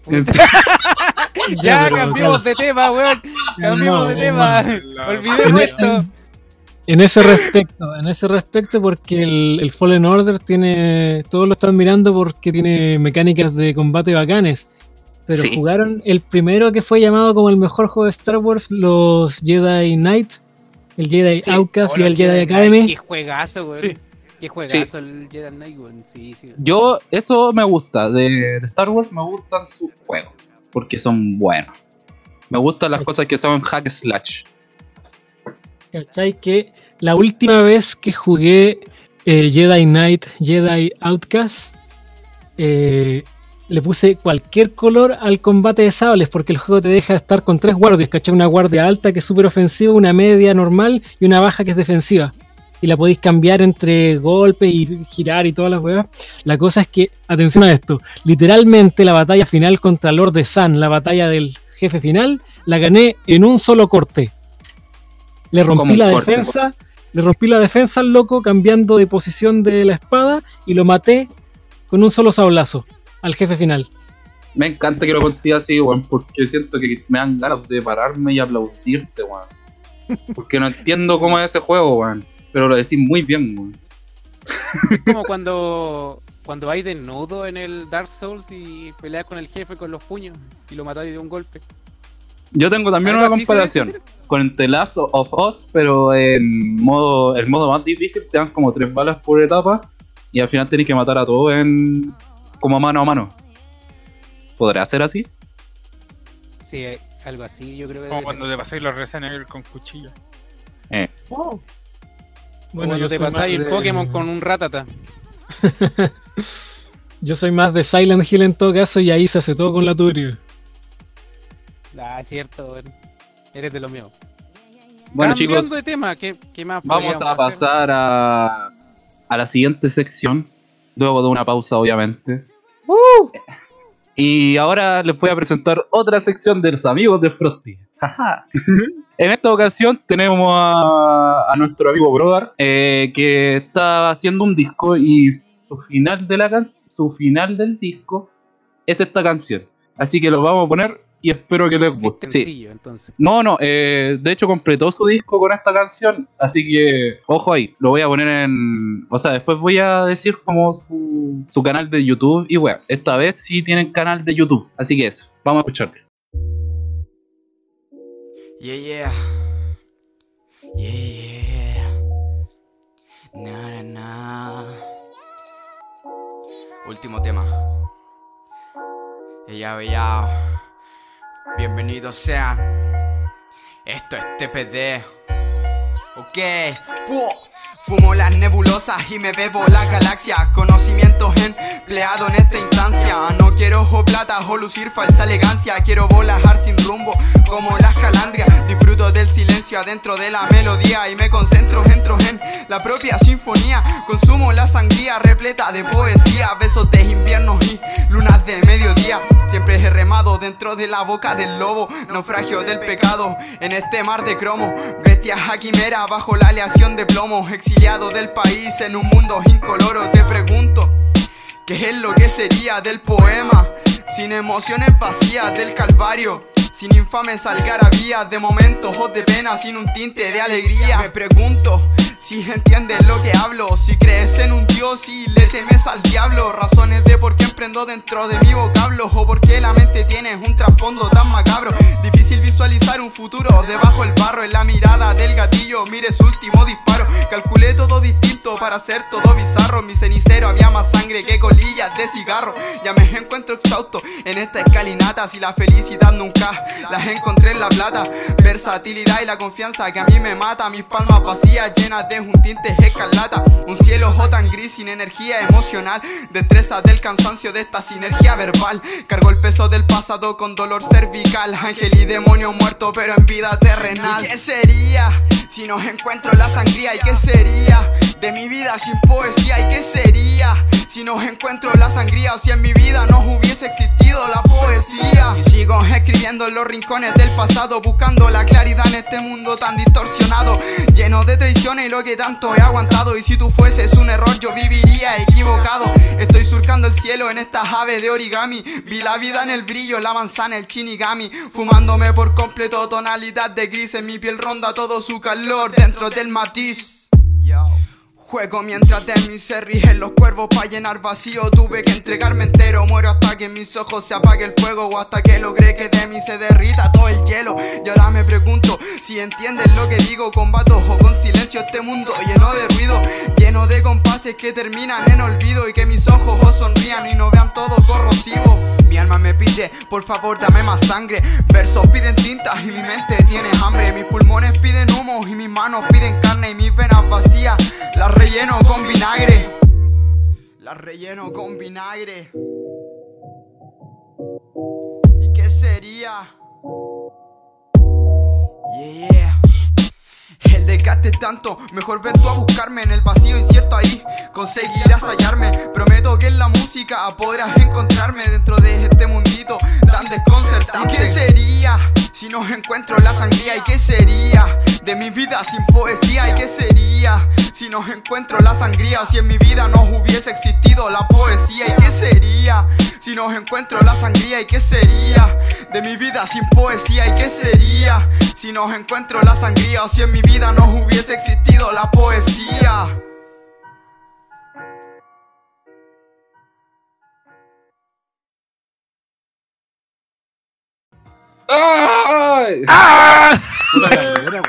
Ya, pero, cambiemos claro, de tema, weón. Cambiemos de No, tema. no. Olvidemos esto. En ese respecto, porque el Fallen Order tiene, todos lo están mirando porque tiene mecánicas de combate bacanes, pero Sí. jugaron el primero que fue llamado como el mejor juego de Star Wars, los Jedi Knight, el Jedi Sí. Outcast y Hola, el Jedi Knight, Academy. Qué juegazo, weón. Sí. Qué juegazo el Jedi Knight, weón. Sí. Yo, eso me gusta. De Star Wars me gustan sus juegos. Porque son buenos. Me gustan las cosas que son hack slash. ¿Cachai? Que la última vez que jugué Jedi Knight, Jedi Outcast, le puse cualquier color al combate de sables, porque el juego te deja estar con 3 guardias, ¿cachai? Una guardia alta que es súper ofensiva, una media normal y una baja que es defensiva. Y la podéis cambiar entre golpes y girar y todas las weas. La cosa es que, atención a esto, literalmente la batalla final contra Lord de San, la batalla del jefe final, la gané en un solo corte. Le Como rompí un la corte. defensa, le rompí la defensa al loco cambiando de posición de la espada y lo maté con un solo sablazo al jefe final. Me encanta que lo conté así, weón. Porque siento que me dan ganas de pararme y aplaudirte, weón. Porque no entiendo cómo es ese juego, weón. Pero lo decís muy bien, weón. Es como cuando vais desnudo en el Dark Souls y peleas con el jefe con los puños y lo matáis de un golpe. Yo tengo también ¿Algo una así se comparación debe con The Last of Us, pero en modo, el modo más difícil te dan como 3 balas por etapa y al final tenés que matar a todos en como mano a mano. ¿Podrá ser así? Sí, algo así, yo creo que Como debe cuando ser. te pasáis los Resident Evil con cuchillo. O Bueno, cuando yo te soy pasáis el más de- Pokémon con un Ratata. Yo soy más de Silent Hill en todo caso y ahí se hace todo con la turia. Ah, es cierto, weón. Eres de lo mío. Bueno, Cambiando chicos, de tema, ¿qué más vamos podríamos a hacer? pasar a la siguiente sección, luego de una pausa, obviamente. Y ahora les voy a presentar otra sección de los amigos de Frosty. Jaja. En esta ocasión tenemos a nuestro amigo Brodar, que está haciendo un disco y su final del disco es esta canción. Así que lo vamos a poner y espero que les Es guste. Sí. sencillo, entonces. No, de hecho completó su disco con esta canción, así que ojo ahí, lo voy a poner en... O sea, después voy a decir como su canal de YouTube y bueno, esta vez sí tienen canal de YouTube, así que eso, vamos a escucharlo. Yeah, yeah. Yeah, yeah. Na, na, na. Último tema. Ya. Bienvenidos sean. Esto es TPD. Ok. ¡Puh! Fumo las nebulosas y me bebo las galaxias. Conocimientos empleados en esta instancia. No quiero ojo plata o lucir falsa elegancia. Quiero volar sin rumbo como las calandrias. Disfruto del silencio adentro de la melodía y me concentro, entro en la propia sinfonía. Consumo la sangría repleta de poesía. Besos de invierno y lunas de mediodía. Siempre he remado dentro de la boca del lobo. Naufragio del pecado en este mar de cromo. Bestias a quimera bajo la aleación de plomo. Exiliado del país en un mundo incoloro. Te pregunto, ¿qué es lo que sería del poema? Sin emociones vacías del calvario. Sin infames algarabías de momentos o de pena. Sin un tinte de alegría. Me pregunto Si entiendes lo que hablo, si crees en un dios y le temes al diablo. Razones de por qué emprendo dentro de mi vocablo, o por qué la mente tiene un trasfondo tan macabro. Difícil visualizar un futuro debajo del barro. En la mirada del gatillo mire su último disparo. Calculé todo distinto para hacer todo bizarro. En mi cenicero había más sangre que colillas de cigarro. Ya me encuentro exhausto en esta escalinata. Si la felicidad nunca las encontré en la plata. Versatilidad y la confianza que a mí me mata. Mis palmas vacías llenas de un tinte escarlata. Un cielo ojo tan gris sin energía emocional. Destreza del cansancio de esta sinergia verbal. Cargo el peso del pasado con dolor cervical. Ángel y demonio muerto pero en vida terrenal. ¿Y qué sería si no encuentro la sangría? ¿Y qué sería de mi vida sin poesía? ¿Y qué sería si no encuentro la sangría? O si en mi vida no hubiese existido la poesía. Y sigo escribiendo en los rincones del pasado, buscando la claridad en este mundo tan distorsionado, lleno de traiciones y lo que tanto he aguantado. Y si tú fueses un error yo viviría equivocado. Estoy surcando el cielo en estas aves de origami. Vi la vida en el brillo, la manzana, el shinigami. Fumándome por completo tonalidad de gris. En mi piel ronda todo su calor dentro del matiz. Juego mientras de mí se rigen los cuervos pa' llenar vacío. Tuve que entregarme entero, muero hasta que en mis ojos se apague el fuego, o hasta que logré que de mí se derrita todo el hielo. Y ahora me pregunto si entiendes lo que digo. Combato o con silencio este mundo lleno de ruido, lleno de compases que terminan en olvido. Y que mis ojos os sonrían y no vean todo corrosivo. Mi alma me pide, por favor dame más sangre. Versos piden tinta y mi mente tiene hambre. Mis pulmones piden humo y mis manos piden carne. Y mis venas vacías las relleno con vinagre. Las relleno con vinagre. ¿Y qué sería? Yeah. El desgaste es tanto, mejor ven tú a buscarme. En el vacío incierto ahí conseguirás hallarme. Prometo que en la música podrás encontrarme dentro de este mundito tan desconcertante. ¿Y qué sería si no encuentro la sangría? ¿Y qué sería de mi vida sin poesía? ¿Y qué sería si no encuentro la sangría? Si en mi vida no hubiese existido la poesía. ¿Y qué sería si no encuentro la sangría? ¿Y qué sería de mi vida sin poesía? ¿Y qué sería si no encuentro la sangría? O si en mi vida no hubiese existido la poesía. ¡Ay! Puta carrera,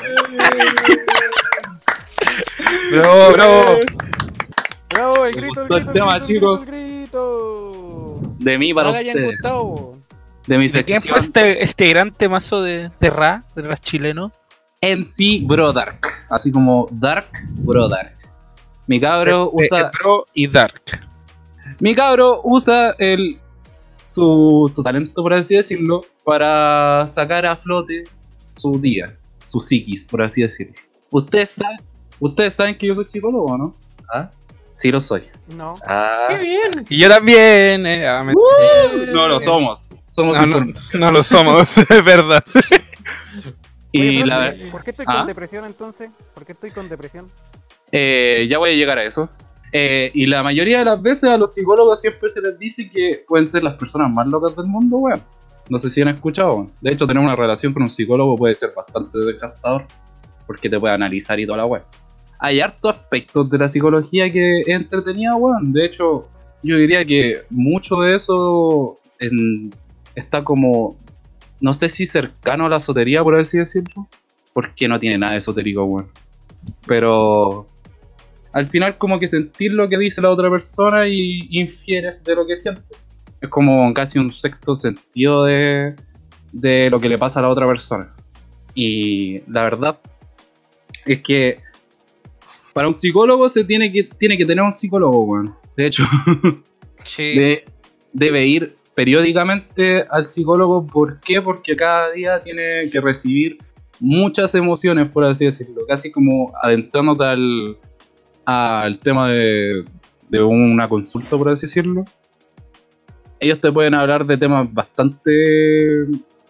Bravo, bravo. ¡Bravo! El Me grito, el gustó el grito, tema, el grito, chicos. el grito. De mí para Ojalá hayan ustedes. gustado. De mi ¿De quién sección fue este gran temazo de rap chileno? MC Brodark. Así como Dark Brodark. Mi cabro usa. Pro y Dark. Mi cabro usa su talento, por así decirlo, para sacar a flote su día, su psiquis, por así decirlo. Ustedes saben que yo soy psicólogo, ¿no? ¿Ah? Sí lo soy. No. Ah. ¡Qué bien! Y yo también. No lo somos. Somos No lo somos, es verdad. Y Oye, la pero, ¿por qué estoy ¿Ah? con depresión entonces? ¿Por qué estoy con depresión? ya voy a llegar a eso. Y la mayoría de las veces a los psicólogos siempre se les dice que pueden ser las personas más locas del mundo, weón. No sé si han escuchado, weón. De hecho, tener una relación con un psicólogo puede ser bastante desgastador, porque te puede analizar y toda la weón. Hay hartos aspectos de la psicología que es entretenida, weón. De hecho, yo diría que mucho de eso está como, no sé si cercano a la esotería, por así decirlo, porque no tiene nada de esotérico, weón. Pero al final como que sentir lo que dice la otra persona y infieres de lo que siente. Es como casi un sexto sentido de lo que le pasa a la otra persona. Y la verdad es que para un psicólogo se tiene que tener un psicólogo, weón. De hecho, Sí. debe ir periódicamente al psicólogo. ¿Por qué? Porque cada día tiene que recibir muchas emociones, por así decirlo. Casi como adentrándote al tema de una consulta, por así decirlo. Ellos te pueden hablar de temas bastante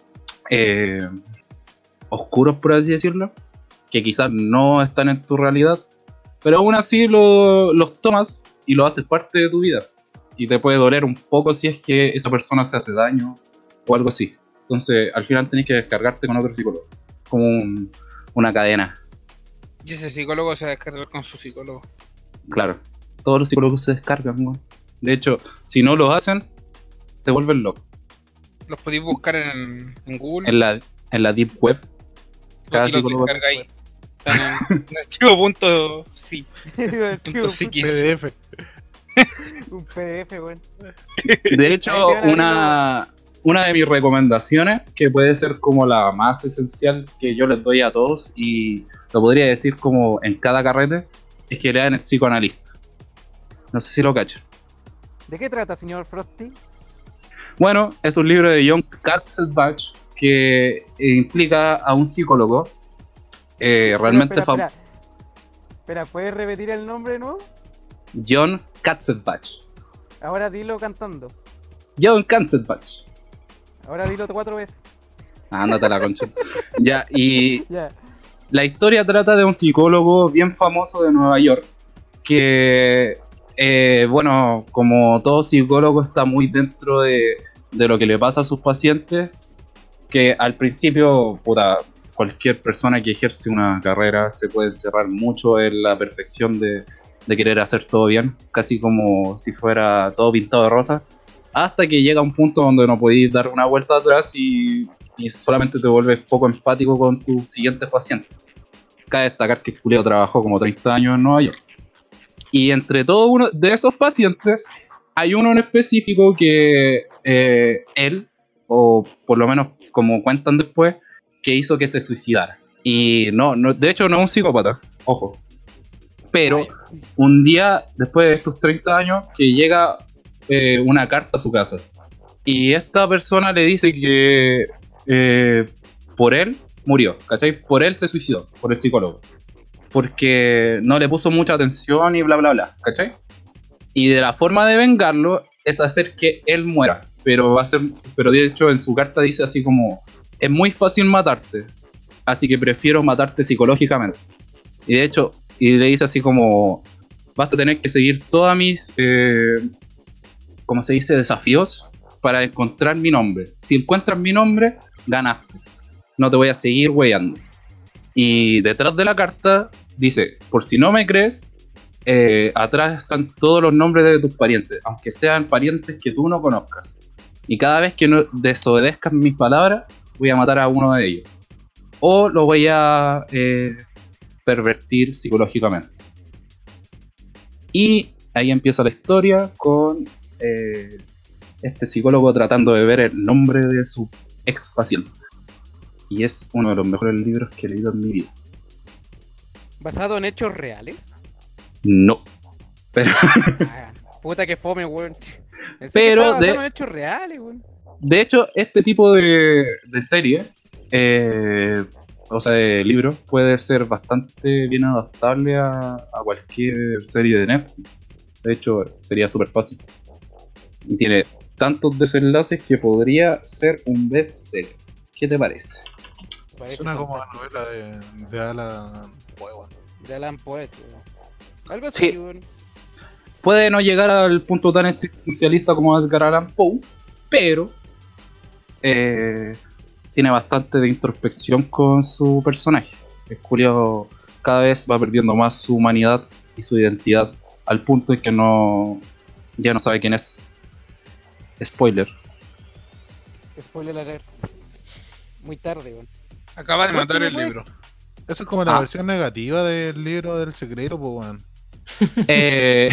oscuros, por así decirlo, que quizás no están en tu realidad, pero aún así los tomas y lo haces parte de tu vida. Y te puede doler un poco si es que esa persona se hace daño o algo así. Entonces, al final tenés que descargarte con otro psicólogo. Como una cadena. Y ese psicólogo se va a descargar con su psicólogo. Claro, todos los psicólogos se descargan, weón. De hecho, si no lo hacen, se vuelven locos. Los podéis buscar en Google. En la Deep Web, cada y los psicólogo. descargáis. Están en archivo.sí. Archivo, .psiquis. PDF. un PDF, weón. De hecho, Ahí te van una de mis recomendaciones, que puede ser como la más esencial que yo les doy a todos, y lo podría decir como en cada carrete, es que lean El psicoanalista. No sé si lo cachan. ¿De qué trata, señor Frosty? Bueno, es un libro de John Katzenbach que implica a un psicólogo realmente Espera, ¿puedes repetir el nombre de nuevo? John Katzenbach. Ahora dilo cantando. John Katzenbach. Ahora dilo 4 veces. Ándate a la concha. Ya, y Ya. la historia trata de un psicólogo bien famoso de Nueva York que, bueno, como todo psicólogo está muy dentro de lo que le pasa a sus pacientes, que al principio, puta, cualquier persona que ejerce una carrera se puede encerrar mucho en la perfección de querer hacer todo bien, casi como si fuera todo pintado de rosa, hasta que llega un punto donde no podéis dar una vuelta atrás y solamente te vuelves poco empático con tus siguientes pacientes. Cabe destacar que el Julio trabajó como 30 años en Nueva York. Y entre todos uno de esos pacientes, hay uno en específico que él, o por lo menos como cuentan después, que hizo que se suicidara. Y no, de hecho no es un psicópata, ojo. Pero un día, después de estos 30 años, que llega una carta a su casa. Y esta persona le dice que por él murió, ¿cachai? Por él se suicidó, por el psicólogo. Porque no le puso mucha atención y bla, bla, bla, ¿cachai? Y de la forma de vengarlo es hacer que él muera. Pero de hecho en su carta dice así como: es muy fácil matarte, así que prefiero matarte psicológicamente. Y de hecho, y le dice así como: vas a tener que seguir todas mis, ¿cómo se dice?, desafíos para encontrar mi nombre. Si encuentras mi nombre, ganaste. No te voy a seguir weyando. Y detrás de la carta dice: por si no me crees, atrás están todos los nombres de tus parientes, aunque sean parientes que tú no conozcas. Y cada vez que no desobedezcas mis palabras, voy a matar a uno de ellos. O lo voy a pervertir psicológicamente. Y ahí empieza la historia con este psicólogo tratando de ver el nombre de su ex paciente. Y es uno de los mejores libros que he leído en mi vida. ¿Basado en hechos reales? No. Pero, Ah, puta que fome, weón. Pensé Pero que estaba de- basado en hechos reales, weón. de hecho, este tipo de serie, o sea, de libro, puede ser bastante bien adaptable a cualquier serie de Netflix. De hecho, sería súper fácil. Y tiene tantos desenlaces que podría ser un bestseller. ¿Qué te parece? Parece Suena como a fantástico. novela de Alan Poe, weón. De Alan Poe, weón. Algo así, Sí. weón. Puede no llegar al punto tan existencialista como Edgar Allan Poe, pero tiene bastante de introspección con su personaje. El Julio cada vez va perdiendo más su humanidad y su identidad, al punto en que ya no sabe quién es. Spoiler. Spoiler alert. Muy tarde, weón. Acaba de ¿Cuánto matar me el puede- libro. Eso es como la Ah. versión negativa del libro del secreto, pues, weón. Eh,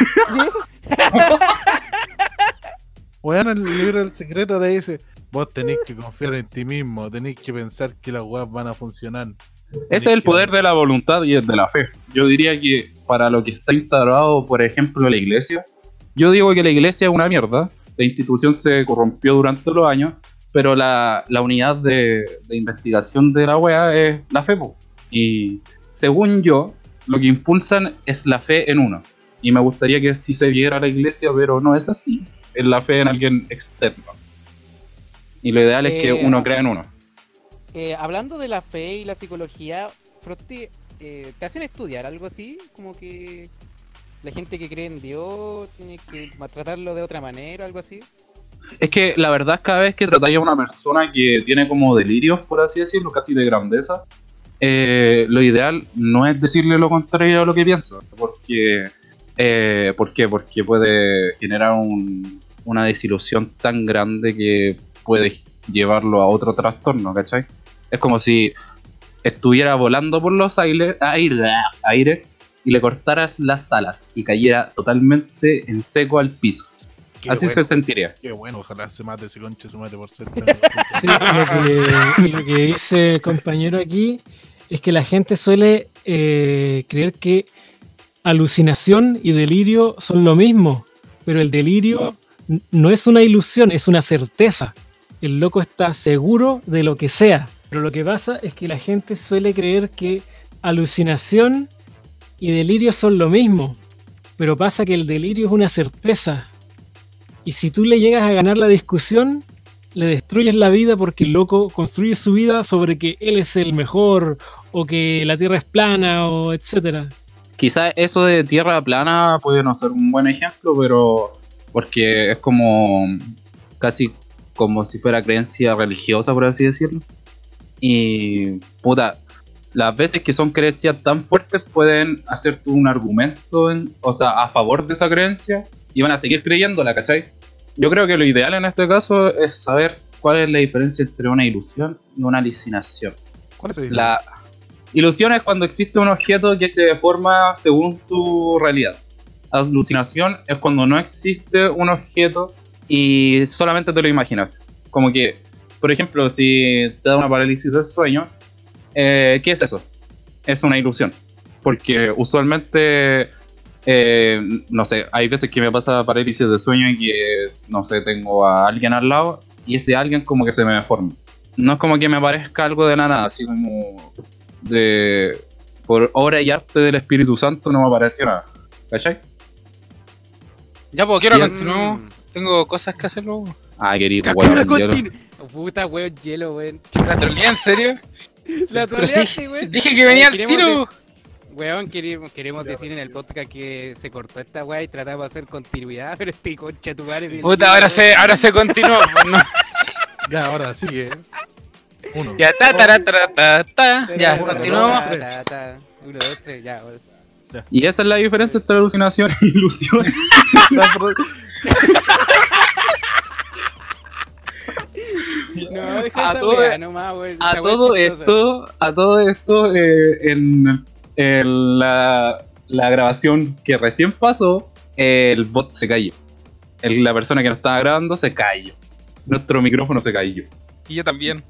Weón, el libro del secreto te dice: vos tenéis que confiar en ti mismo, tenéis que pensar que las weas van a funcionar. ese es el poder de la voluntad y el de la fe. Yo diría que para lo que está instalado, por ejemplo, la iglesia, yo digo que la iglesia es una mierda. La institución se corrompió durante los años, pero la unidad de investigación de la wea es la fe, po. Y según yo, lo que impulsan es la fe en uno. Y me gustaría que sí se viera la iglesia, pero no es así. Es la fe en alguien externo. Y lo ideal es que uno crea en uno. Hablando de la fe y la psicología, Frosty, ¿te hacen estudiar algo así? Como que la gente que cree en Dios tiene que tratarlo de otra manera, algo así. Es que la verdad es que cada vez que tratáis a una persona que tiene como delirios, por así decirlo, casi de grandeza, lo ideal no es decirle lo contrario a lo que piensa, porque ¿por qué? Porque puede generar una desilusión tan grande que puede llevarlo a otro trastorno, ¿cachai? Es como si estuviera volando por los aires y le cortaras las alas y cayera totalmente en seco al piso. Qué Así bueno, se sentiría. Qué bueno, ojalá se mate ese conche su madre por ser tan... Sí, lo que dice el compañero aquí es que la gente suele creer que alucinación y delirio son lo mismo, pero el delirio no es una ilusión, es una certeza. El loco está seguro de lo que sea, pero lo que pasa es que la gente suele creer que alucinación y delirio son lo mismo, pero pasa que el delirio es una certeza. Y si tú le llegas a ganar la discusión, le destruyes la vida porque el loco construye su vida sobre que él es el mejor o que la Tierra es plana o etcétera. Quizás eso de tierra plana puede no ser un buen ejemplo, pero porque es como casi como si fuera creencia religiosa, por así decirlo. Y puta, las veces que son creencias tan fuertes pueden hacerte un argumento, o sea, a favor de esa creencia y van a seguir creyéndola, ¿cachai? Yo creo que lo ideal en este caso es saber cuál es la diferencia entre una ilusión y una alucinación. ¿Cuál es el La ilusión es cuando existe un objeto que se forma según tu realidad. Alucinación es cuando no existe un objeto y solamente te lo imaginas. Como que, por ejemplo, si te da una parálisis del sueño, ¿qué es eso? Es una ilusión. Porque usualmente, no sé, hay veces que me pasa parálisis del sueño y que, no sé, tengo a alguien al lado y ese alguien como que se me forma. No es como que me aparezca algo de la nada, así como por obra y arte del Espíritu Santo no me apareció nada. ¿Cachai? Ya, pues, quiero Bien. continuar. Tengo cosas que hacer luego. Ah, querido, Ahora weón, hielo. continúa. Puta, weón, hielo, weón. ¿La troleé en serio? La Pero sí, troleaste, weón. dije que venía al Queremos tiro. Weón, queremos decir en el podcast que se cortó esta weá y tratamos de hacer continuidad, pero este concha tu madre. del Puta, hielo, ahora se continúa. Pues, no. Ya, ahora sigue. Uno. Ya, ta. Ya, weón. continuamos. Uno, dos, tres, ya, weón. Y esa es la diferencia entre alucinación e ilusión. No, deja A esa todo- weá nomás, weón. A Esa weá todo es chistosa. esto, en la grabación que recién pasó, el bot se cayó. La persona que nos estaba grabando se cayó. Nuestro micrófono se cayó. Y yo también.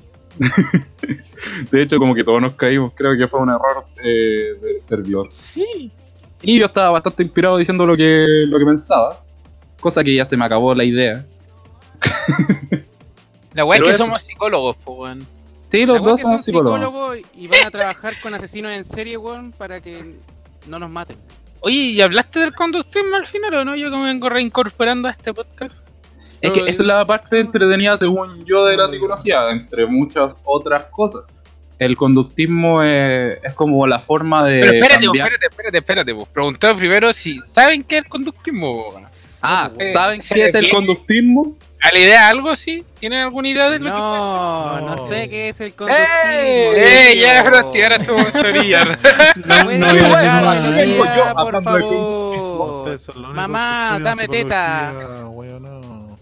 De hecho, como que todos nos caímos. Creo que fue un error del servidor. Sí. Y yo estaba bastante inspirado diciendo lo que pensaba. Cosa que ya se me acabó la idea. La weá es Pero que eso- somos psicólogos, pues, weón. Sí, La los weá es dos que somos son psicólogos. y van a trabajar con asesinos en serie, weón, para que no nos maten. Oye, ¿y hablaste del conductismo al final o no? Yo que me vengo reincorporando a este podcast. Es que esa es la parte entretenida, según yo, de la psicología, entre muchas otras cosas. El conductismo es como la forma de Pero espérate, cambiar. espérate, pues. Preguntaba primero si saben qué es el conductismo, weón. Ah, ¿saben ¿se qué es el qué? conductismo? ¿A la idea algo así? ¿Tienen alguna idea de lo que No, No. no sé qué es el conductismo. Ya, Frosty, ahora tu historia. No, ¿Puedes no voy a decir hablar, nada. no vengo yo María, por hablando de favor? Ustedes son los únicos Mamá, que dame estudian teta. psicología, weón, no.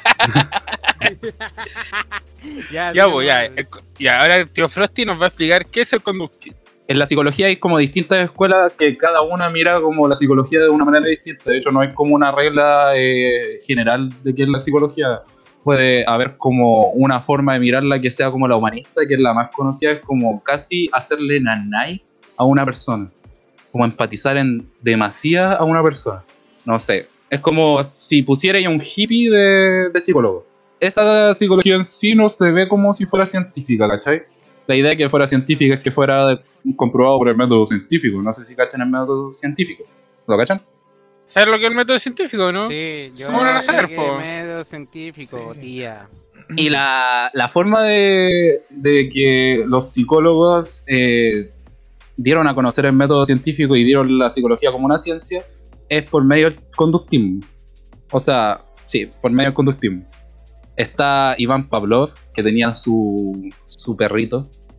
Ya, sí, pues, ya. weón. Ya, ahora el tío Frosty nos va a explicar qué es el conductismo. En la psicología hay como distintas escuelas que cada una mira como la psicología de una manera distinta. De hecho, no hay como una regla general de qué es la psicología. Puede haber como una forma de mirarla que sea como la humanista, que es la más conocida, es como casi hacerle nanay a una persona. Como empatizar en demasía a una persona. No sé, es como si pusiera ya un hippie de psicólogo. Esa psicología en sí no se ve como si fuera científica, ¿cachai? La idea de que fuera científica es que fuera comprobado por el método científico. No sé si cachan el método científico. ¿Lo cachan? ¿Sabes lo que es el método científico, no? Sí, yo ¿Cómo no lo sé saber, que po? medio científico, Sí. tía. Y la forma de que los psicólogos dieron a conocer el método científico y dieron la psicología como una ciencia es por medio del conductismo. O sea, sí, por medio del conductismo. Está Iván Pavlov, que tenía su perrito,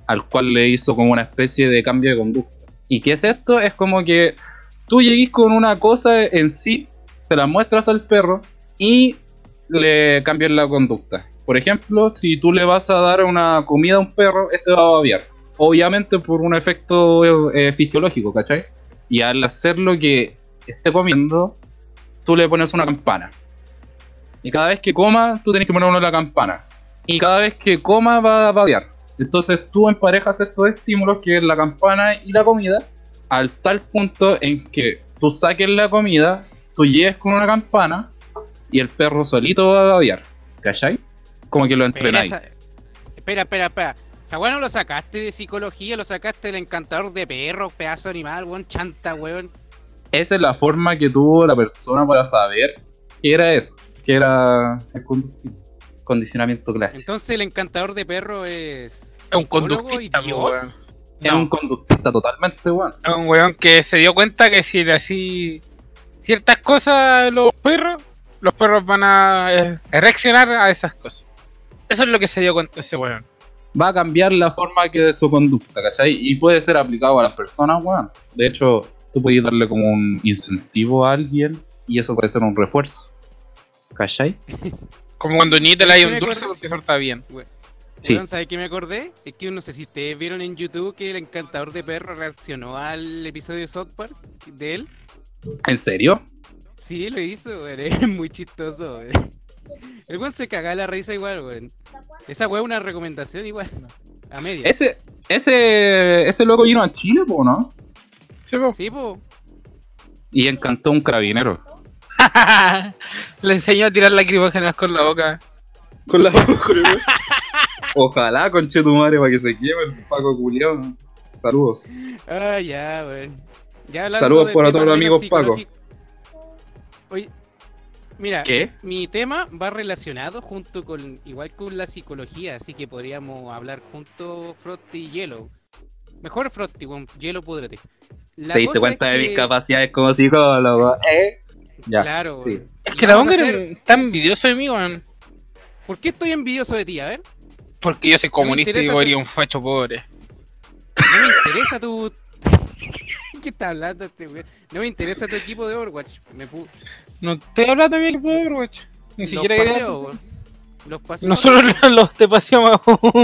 al cual le hizo como una especie de cambio de conducta. ¿Y qué es esto? Es como que tú llegues con una cosa en sí, se la muestras al perro y le cambias la conducta. Por ejemplo, si tú le vas a dar una comida a un perro, este va a babear. Obviamente por un efecto fisiológico, ¿cachai? Y al hacer lo que esté comiendo, tú le pones una campana. Y cada vez que coma, tú tienes que ponerle la campana. Y cada vez que coma, va a babear. Entonces tú emparejas estos estímulos, que es la campana y la comida, al tal punto en que tú saques la comida, tú llegues con una campana y el perro solito va a babear. ¿Cachai? Como que lo entrenáis. Espera. Esa weón no lo sacaste de psicología, lo sacaste del encantador de perros, pedazo de animal, weón, chanta, weón. Esa es la forma que tuvo la persona para saber que era eso, que era el condicionamiento clásico. Entonces el encantador de perros es Es un psicólogo conductista, y po, Dios. weón. Es un conductista totalmente bueno. Es un weón que se dio cuenta que si le así ciertas cosas a los perros van a reaccionar a esas cosas. Eso es lo que se dio cuenta ese weón. Va a cambiar la forma que de su conducta, ¿cachai? Y puede ser aplicado a las personas, weón. De hecho, tú puedes darle como un incentivo a alguien y eso puede ser un refuerzo. ¿Cachai? Como cuando ni te le hay Sí, un me dulce acuerdo. porque eso está bien. Sí. Weón, ¿sabes qué me acordé? Es que no sé si ustedes vieron en YouTube que el encantador de perros reaccionó al episodio de South Park de él. ¿En serio? Sí, lo hizo, weón. Es muy chistoso, weón. El weón se cagaba la risa igual, weón. Esa weón es una recomendación igual. A media. Ese loco vino a Chile, po, ¿no? Sí, po. Sí, po. Y encantó un carabinero. Le enseñó a tirar lacrimógenas con la boca. Con la Ojalá, conche tu madre, para que se queme el Paco culiao. Saludos. Ah, ya, weón. Ya hablando Saludos de para temas todos los menos amigos Paco. psicológicos. Oye, mira, ¿Qué? mi tema va relacionado junto con, igual con la psicología, así que podríamos hablar junto Frosty y Yellow. Mejor Frosty, weón, Yellow púdrete. La ¿Te diste cosa cuenta es de que- mis capacidades como psicólogo? Ya, Claro, sí. weón. Es Y que la vamos a Bonger hacer- está envidioso de mí, weón. ¿Por qué estoy envidioso de ti? A ver, Porque yo soy comunista y interesa digo, tu- eres un facho pobre. no me interesa tu... ¿Qué está hablando este weón? No me interesa tu equipo de Overwatch. No te hablas de mi equipo de Overwatch. Ni Los siquiera paseo, weón. Los paseo. nosotros los te paseamos.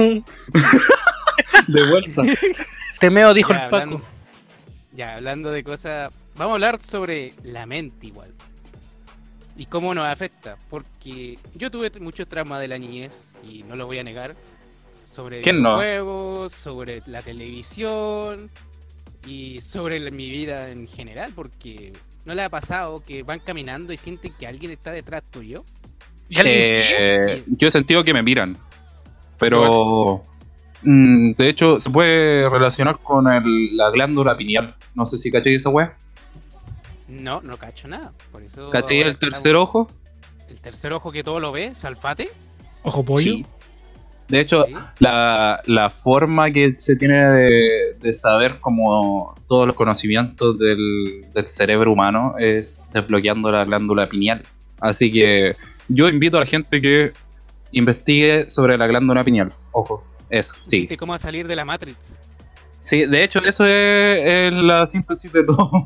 De vuelta. Temeo, dijo Ya, el Paco. hablando- Ya, hablando de cosas, vamos a hablar sobre la mente igual. Y cómo nos afecta, porque yo tuve muchos traumas de la niñez, y no lo voy a negar, sobre ¿Quién no? videojuegos, sobre la televisión, y sobre mi vida en general, porque ¿no le ha pasado que van caminando y sienten que alguien está detrás tuyo? ¿Y alguien Yo he sentido que me miran. Pero de hecho se puede relacionar con la glándula pineal. No sé si caché esa weá. No, no cacho nada. Por eso ¿Caché ahora el tercer estamos- ojo? El tercer ojo que todo lo ve, Salfate. Ojo pollo. Sí. De hecho, Sí. la forma que se tiene de saber como todos los conocimientos del cerebro humano es desbloqueando la glándula pineal. Así que yo invito a la gente que investigue sobre la glándula pineal. Ojo, eso, sí. ¿Viste cómo salir de la Matrix? Sí, de hecho, eso es la síntesis de todo.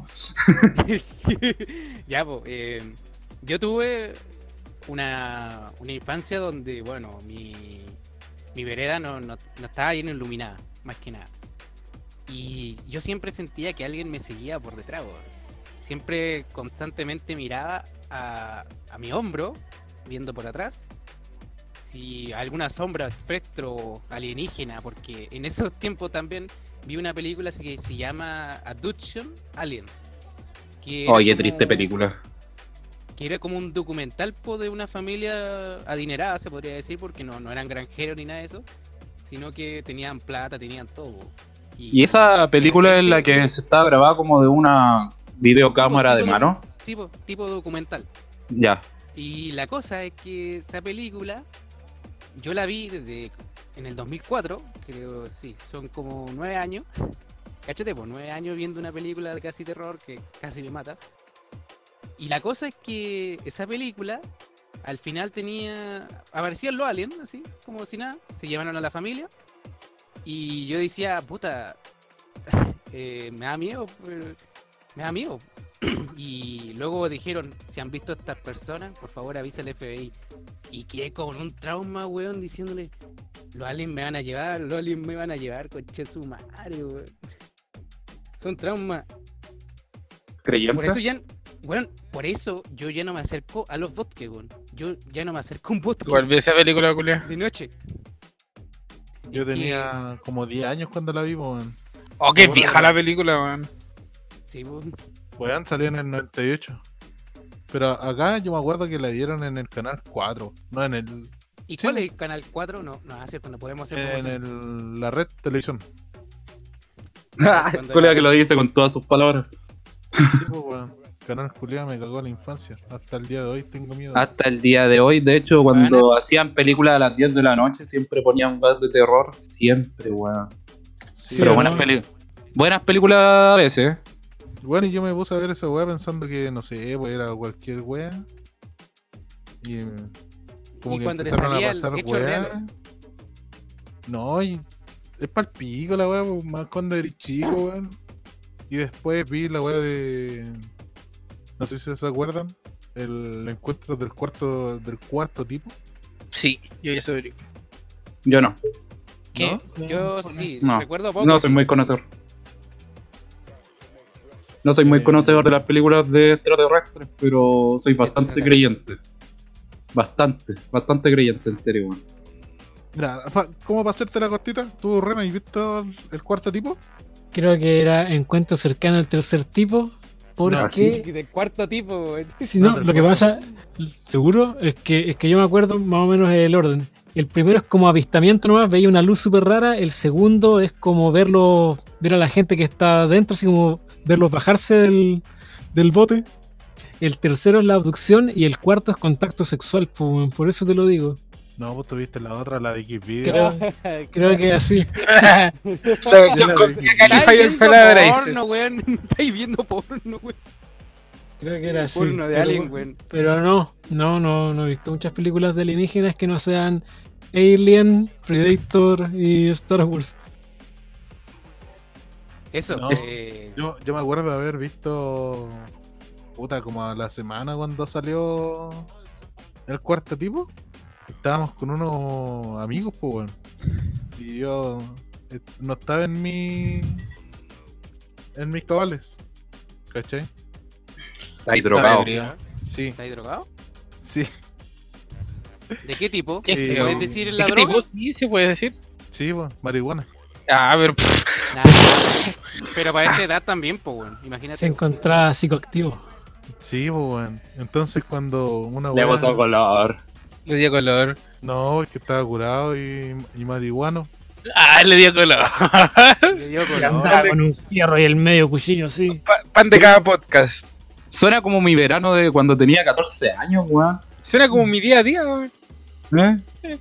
Ya, pues, yo tuve una infancia donde, bueno, mi vereda no estaba bien iluminada, más que nada. Y yo siempre sentía que alguien me seguía por detrás, weón. Siempre constantemente miraba a mi hombro, viendo por atrás, si alguna sombra, espectro, alienígena, porque en esos tiempos también vi una película que se llama Abduction Alien. Que era Oye, como- triste película. Que era como un documental de una familia adinerada, se podría decir, porque no eran granjeros ni nada de eso, sino que tenían plata, tenían todo. Y esa película es la que se está grabada como de una videocámara de tipo mano. tipo documental. Ya. Y la cosa es que esa película yo la vi desde en el 2004, creo, sí, son como 9 años. Cáchate, pues 9 años viendo una película de casi terror que casi me mata. Y la cosa es que esa película al final aparecían los aliens, así, como si nada, se llevaron a la familia Y yo decía, puta, me da miedo, me da miedo. Y luego dijeron, si han visto a estas personas, por favor avisa al FBI. Y quedé con un trauma, weón, diciéndole, los aliens me van a llevar, los aliens me van a llevar, conche su madre, weón. Son traumas. ¿Creyente? Por eso ya, weón, por eso yo ya no me acerco a los bosques, weón. Yo ya no me acerco a un bosque Igual vi esa película, culia. de noche. Yo tenía como 10 años cuando la vi, weón. Oh, qué vieja la película, weón. Sí, weón. Weón, salió en el 98. Pero acá yo me acuerdo que la dieron en el canal 4, no en el. ¿Y Sí. cuál es el canal 4? No, es cierto, no podemos hacer promoción. La red televisión. Julia que lo dice con todas sus palabras. Sí, pues, weón. Canal culiado me cagó la infancia. Hasta el día de hoy tengo miedo. Hasta el día de hoy, de hecho, cuando hacían películas a las 10 de la noche, siempre ponían un gas de terror. Siempre, weón. Sí, Pero weón. buenas películas a veces, ¿eh? Bueno, y yo me puse a ver esa weá pensando que, no sé, pues era cualquier weá. Y como Y que cuando te empezaron a salía pasar hechos weá. reales. No, y es pa'l pico la weá, pues, más cuando eres chico, weón. Y después vi la weá de. No sé si se acuerdan. El encuentro del cuarto tipo. Sí, yo ya soy. Yo no. ¿Qué? ¿No? Yo sí, No. recuerdo poco. No soy sí. muy conocedor. No soy muy conocedor de las películas de extraterrestres, pero soy bastante creyente. Bastante creyente, en serio, weón. Mira, ¿cómo para hacerte la cortita? ¿Tú, Rena, has visto el cuarto tipo? Creo que era encuentro cercano al tercer tipo. Porque sí. Del cuarto tipo, weón. si no, No, del lo que cuarto. pasa, seguro, es que yo me acuerdo más o menos el orden. El primero es como avistamiento nomás, veía una luz súper rara. El segundo es como ver a la gente que está dentro, así como verlos bajarse del bote. El tercero es la abducción y el cuarto es contacto sexual, por eso te lo digo. No, vos tuviste la otra, la de X-Video. Creo que así. La versión con Califa y el palabra dice. porno, weón. Estáis viendo porno, weón. Creo que era así. Porno de pero- Alien, weón. Pero no he visto muchas películas de alienígenas que no sean Alien, Predator y Star Wars. Eso, No. Yo me acuerdo de haber visto. Puta, como a la semana cuando salió el cuarto tipo. Estábamos con unos amigos, pues, weón. Y yo no estaba en mis cabales. ¿Cachai? Ahí drogado. Sí, ¿estáis drogado? sí, ¿De qué tipo? Qué feo. ¿Puedes decir ¿De la qué droga? tipo? Sí, se puede decir. sí, pues, marihuana. Ah, pero Nah, pero para esa edad también, pues, weón. Se Imagínate. encontraba psicoactivo. Sí, pues, weón. Entonces cuando una Le weá. puso color. le dio color. No, es que estaba curado y marihuano. Ah, le dio color. Le dio Y color. andaba con un fierro y el medio cuchillo así. Pan de cada podcast. Suena como mi verano de cuando tenía 14 años, weón. Suena como mi día a día, weón. ¿Eh?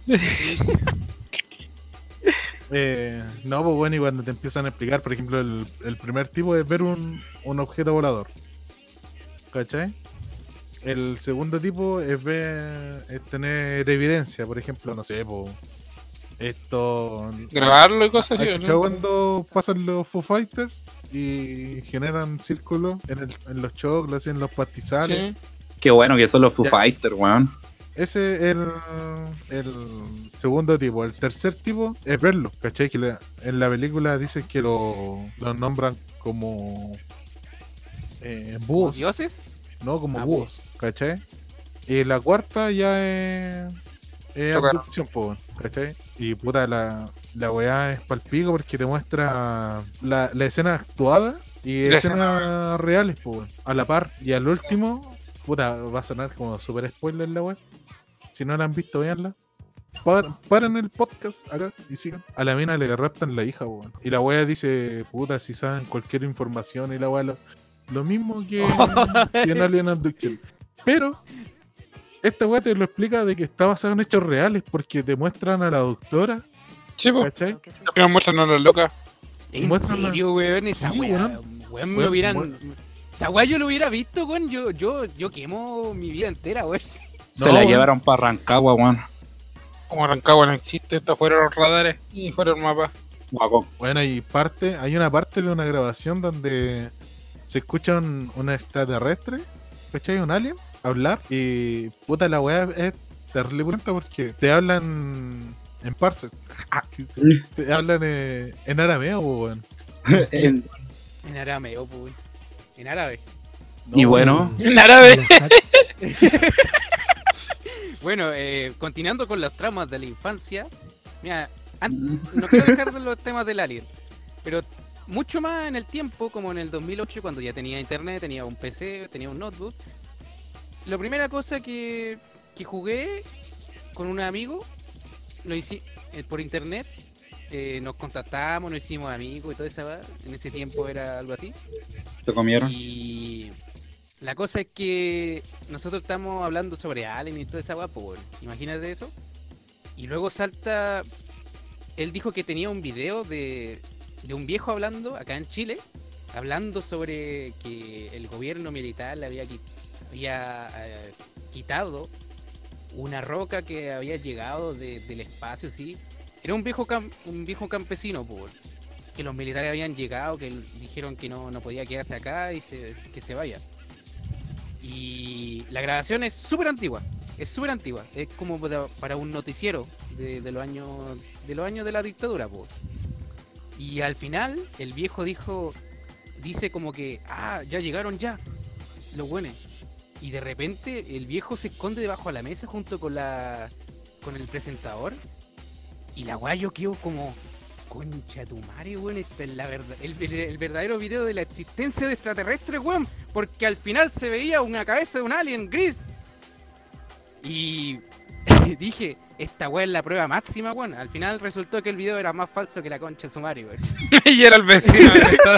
No, pues bueno, y cuando te empiezan a explicar, por ejemplo, el primer tipo es ver un objeto volador. ¿Cachai? El segundo tipo es tener evidencia, por ejemplo, no sé, pues. Esto. Grabarlo y cosas ¿Has así, escuchado ¿no? cuando pasan los Foo Fighters y generan círculos en los choclos, en los pastizales? Sí. Qué bueno que son los Foo Ya. Fighters, weón. Ese es el segundo tipo. El tercer tipo es verlo, ¿cachai? Que en la película dicen que lo nombran como búhos, ¿Dioses? no como Ah, búhos, ¿cachai? Y la cuarta ya es Tocar. abducción, po, ¿cachai? Y puta, la weá es palpico porque te muestra la escena actuada y La escenas reales, po, a la par. Y al último, puta, va a sonar como super spoiler la weá. Si no la han visto, véanla. Paren el podcast acá y sigan. A la mina le raptan la hija, weón. Y la weá dice, puta, si saben cualquier información y la weá lo mismo que en Alien Abduction. Pero esta weá te lo explica de que está basado en hechos reales porque te muestran a la doctora, Sí, pues. ¿cachai? Que nos muestran a la loca. ¿En Muéstrame. serio, weón? Esa Sí, weá. Weón, me Weón, hubieran. weón. Esa weá yo lo hubiera visto, weón. Yo quemo mi vida entera, weón. Se No, la weón. llevaron para Rancagua, weón. Como Rancagua no existe, estos fueron los radares y fueron mapas. Guaco. Bueno, hay una parte de una grabación donde se escucha un extraterrestre, ¿cachai? Un alien, hablar. Y puta, la weá es terrible pulenta porque te hablan en parsec. Te hablan en arameo, weón. En arameo, pues. En árabe. Y bueno, En árabe. Bueno, continuando con los traumas de la infancia. Mira, no quiero dejar de los temas del alien. Pero mucho más en el tiempo, como en el 2008, cuando ya tenía internet, tenía un PC, tenía un notebook. La primera cosa que jugué con un amigo, lo hice por internet. Nos contactamos, nos hicimos amigos y todo eso. En ese tiempo era algo así. te comieron. Y la cosa es que nosotros estamos hablando sobre Alien y toda esa weá, pues, bueno, imagínate eso. Y luego salta. Él dijo que tenía un video de un viejo hablando acá en Chile, hablando sobre que el gobierno militar le había quitado una roca que había llegado del espacio, sí. Era un viejo campesino, pues, que los militares habían llegado, que dijeron que no podía quedarse acá y que se vaya. Y la grabación es súper antigua, es como para un noticiero de los años de la dictadura, pues. Y al final el viejo dice como que, ya llegaron ya, los buenos. Y de repente el viejo se esconde debajo de la mesa junto con el presentador. Y la weá yo quedo como, concha tu madre, weón, esta es la verdad, el verdadero video de la existencia de extraterrestres, weón. Porque al final se veía una cabeza de un alien gris. Y dije, esta weá es la prueba máxima, weón. Al final resultó que el video era más falso que la concha de su madre, weón. Y era el vecino.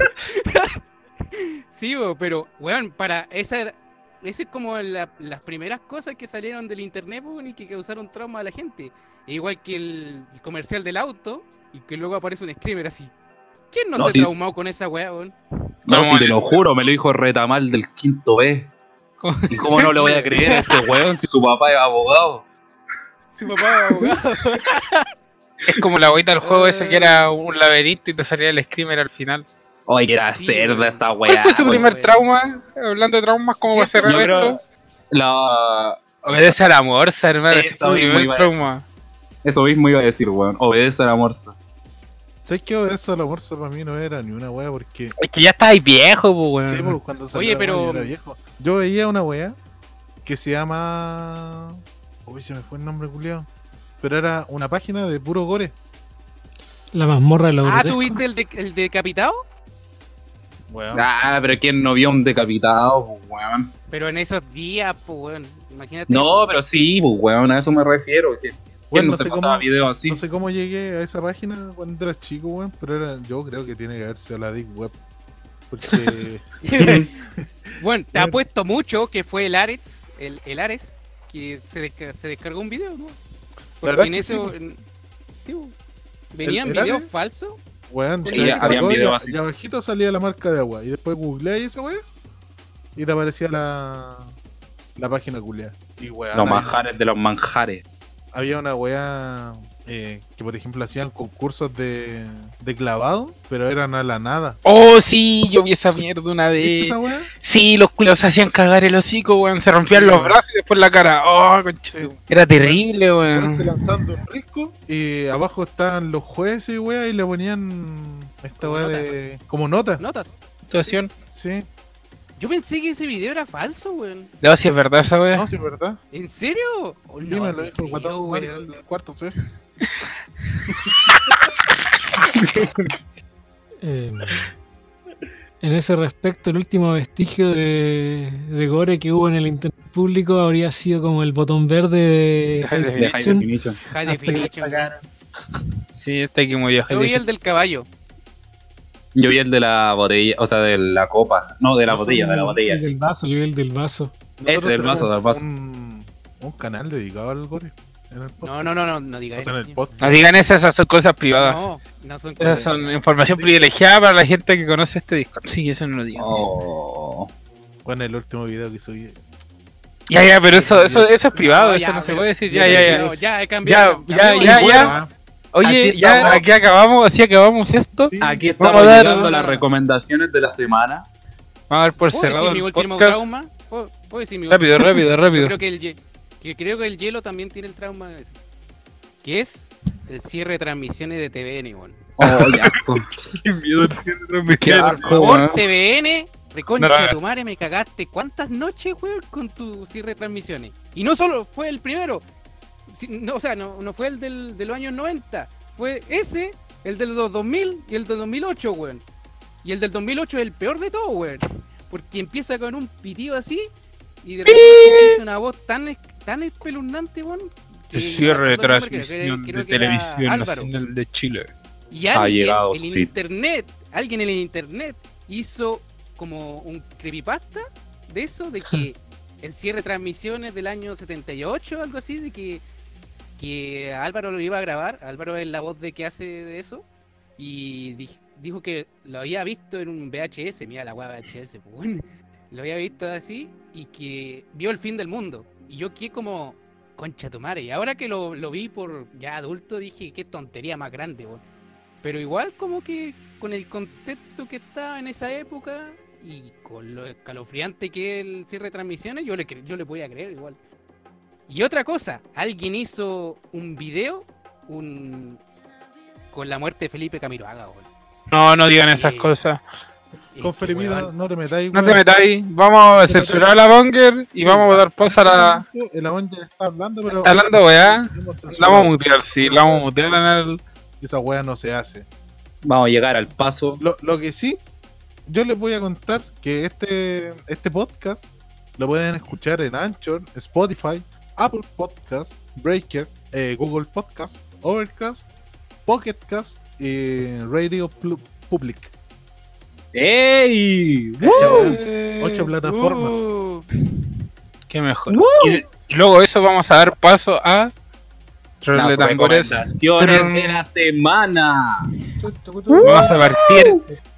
Sí, weón, pero, weón, esa es como las primeras cosas que salieron del internet, weón, y que causaron trauma a la gente. Igual que el comercial del auto, y que luego aparece un screamer así. ¿Quién no se traumó con esa weá, weón? No, si te lo juro, me lo dijo Retamal del quinto B. ¿Y cómo no le voy a creer a ese weón si su papá es abogado? Su papá es abogado. Es como la agüita del juego ese que era un laberinto y te salía el screamer al final. Oye, que era Sí, cerda esa ¿Cuál weá. fue su primer weón. trauma? Hablando de traumas, ¿cómo va a cerrar Yo creo esto? la... Obedece a la morsa, hermano. Ese Eso fue mi mismo primer iba a trauma. Eso mismo iba a decir, weón. Obedece a la morsa. ¿Sabes qué? Eso de la bolsa para mí no era ni una wea porque. Es que ya estáis viejo, pues, Sí, weón. pues, cuando salió Oye, la pero- wea, yo era viejo. Yo veía una wea que se llama. Uy, se me fue el nombre, culiao. Pero era una página de puro gore. La mazmorra de la grotesco. ¿Tuviste el decapitado? Weón. Pero ¿quién no vio un decapitado, pues, weón? Pero en esos días, pues, weón, imagínate. No, pero sí, pues, weón, a eso me refiero. ¿Quién Bueno, no no te sé pasaba cómo. videos así? No sé cómo llegué a esa página cuando era chico, weón. Pero yo creo que tiene que haber sido la Deep Web. Porque. Bueno, te apuesto mucho que fue el Ares, que se descargó un video, ¿no? verdad Porque en que eso. Sí, weón. Venían ¿El videos Ares? falsos. Weón, Sí, se descargó habían videos así. y abajito salía la marca de agua. Y después googleé esa weá. Y te aparecía la página culiada. Y weón. Los manjares de los manjares. Había una weá que, por ejemplo, hacían concursos de clavado, pero eran a la nada. Oh, sí, yo vi esa mierda una ¿Viste vez. esa weá? Sí, los culos se hacían cagar el hocico, weón. Se rompían Sí, los weón. brazos y después la cara. Oh, concha. Sí. Era terrible, Weón, se weón. lanzando un risco y abajo estaban los jueces y weá y le ponían esta Como weá nota. de. como nota. ¿Notas? Situación. Sí, Yo pensé que ese video era falso, weón. No, si es verdad esa weá. no, sí, es verdad. ¿En serio? Oh, no Dime, lo te dijo el guatón creo, weón. Mario del cuarto, sí. En ese respecto, el último vestigio de gore que hubo en el internet público habría sido como el botón verde de High De De High Definition. Definition. High Hasta que lo definition. sacaron. Sí, está aquí muy viejo. Yo vi el del caballo. Yo vi el de la botella, o sea, de la copa. No, de la botella, de la botella. El del vaso, yo vi el del vaso. Ese del vaso, del vaso. Un canal dedicado al gore. En el podcast. No digas O sea, en eso. el podcast. No digan esas son cosas privadas. No son Esas son información privilegiada para la gente que conoce este disco. Sí, eso no lo digan. Oh. Bueno, el último video que subí. Ya, pero eso es privado, No, eso ya, no se pero- puede decir. ya, Ya. No, ya he cambiado. Ya. Oye, Así ya estamos. aquí acabamos, así acabamos esto. Sí. Aquí Vamos estamos a dar- llegando a las recomendaciones de la semana. Vamos a ver por ¿Puedo cerrado decir mi el último podcast. trauma? ¿Puedo decir mi Rápido, último rápido, Yo rápido. creo que el hielo también tiene el trauma ese. Que es el cierre de transmisiones de TVN, weón. Oh, ya. Qué miedo el cierre de Qué transmisión. asco, Por favor, weón. TVN, reconcha No, de tu madre, me cagaste. ¿Cuántas noches, weón, con tu cierre de transmisiones? Y no solo fue el primero. No, o sea, no fue el de los años 90. Fue ese, el del 2000 y el del 2008, weón. Y el del 2008 es el peor de todo, weón. Porque empieza con un pitido así y de repente empieza una voz tan espeluznante, weón. que El cierre de no me acuerdo el nombre, transmisión creo de que era televisión Álvaro. nacional de Chile. Y Ha llegado alguien en Speed. internet, hizo como un creepypasta de eso, de que el cierre de transmisiones del año 78, algo así, de que Álvaro lo iba a grabar. Álvaro es la voz de que hace de eso. Y dijo que lo había visto en un VHS, mira la weá VHS, pues bueno, lo había visto así y que vio el fin del mundo. Y yo quedé como, concha tu madre. Y ahora que lo vi por ya adulto, dije, qué tontería más grande, weón. Pero igual como que con el contexto que estaba en esa época y con lo escalofriante que es el cierre de transmisiones, yo le podía creer igual. Y otra cosa, alguien hizo un video con la muerte de Felipe Camiroaga, weón. No digan esas Eh, cosas. Con Felipito weón, no te metáis, No te weón. metáis. Vamos a censurar a la Bonger y vamos a dar pausa a la. El Avenger está hablando, pero. Está hablando, weá. hemos La censurado. vamos a mutear, sí. La vamos a mutear en el. Esa weá no se hace. Vamos a llegar al paso. Lo que sí, yo les voy a contar que este podcast lo pueden escuchar en Anchor, Spotify, Apple Podcast, Breaker, Google Podcast, Overcast, Pocket Cast y Radio Public. ¡Ey! Cacha, weón. 8 plataformas. Qué mejor. Y luego eso vamos a dar paso a. Redoble Las de tambores. recomendaciones de la semana. Vamos a partir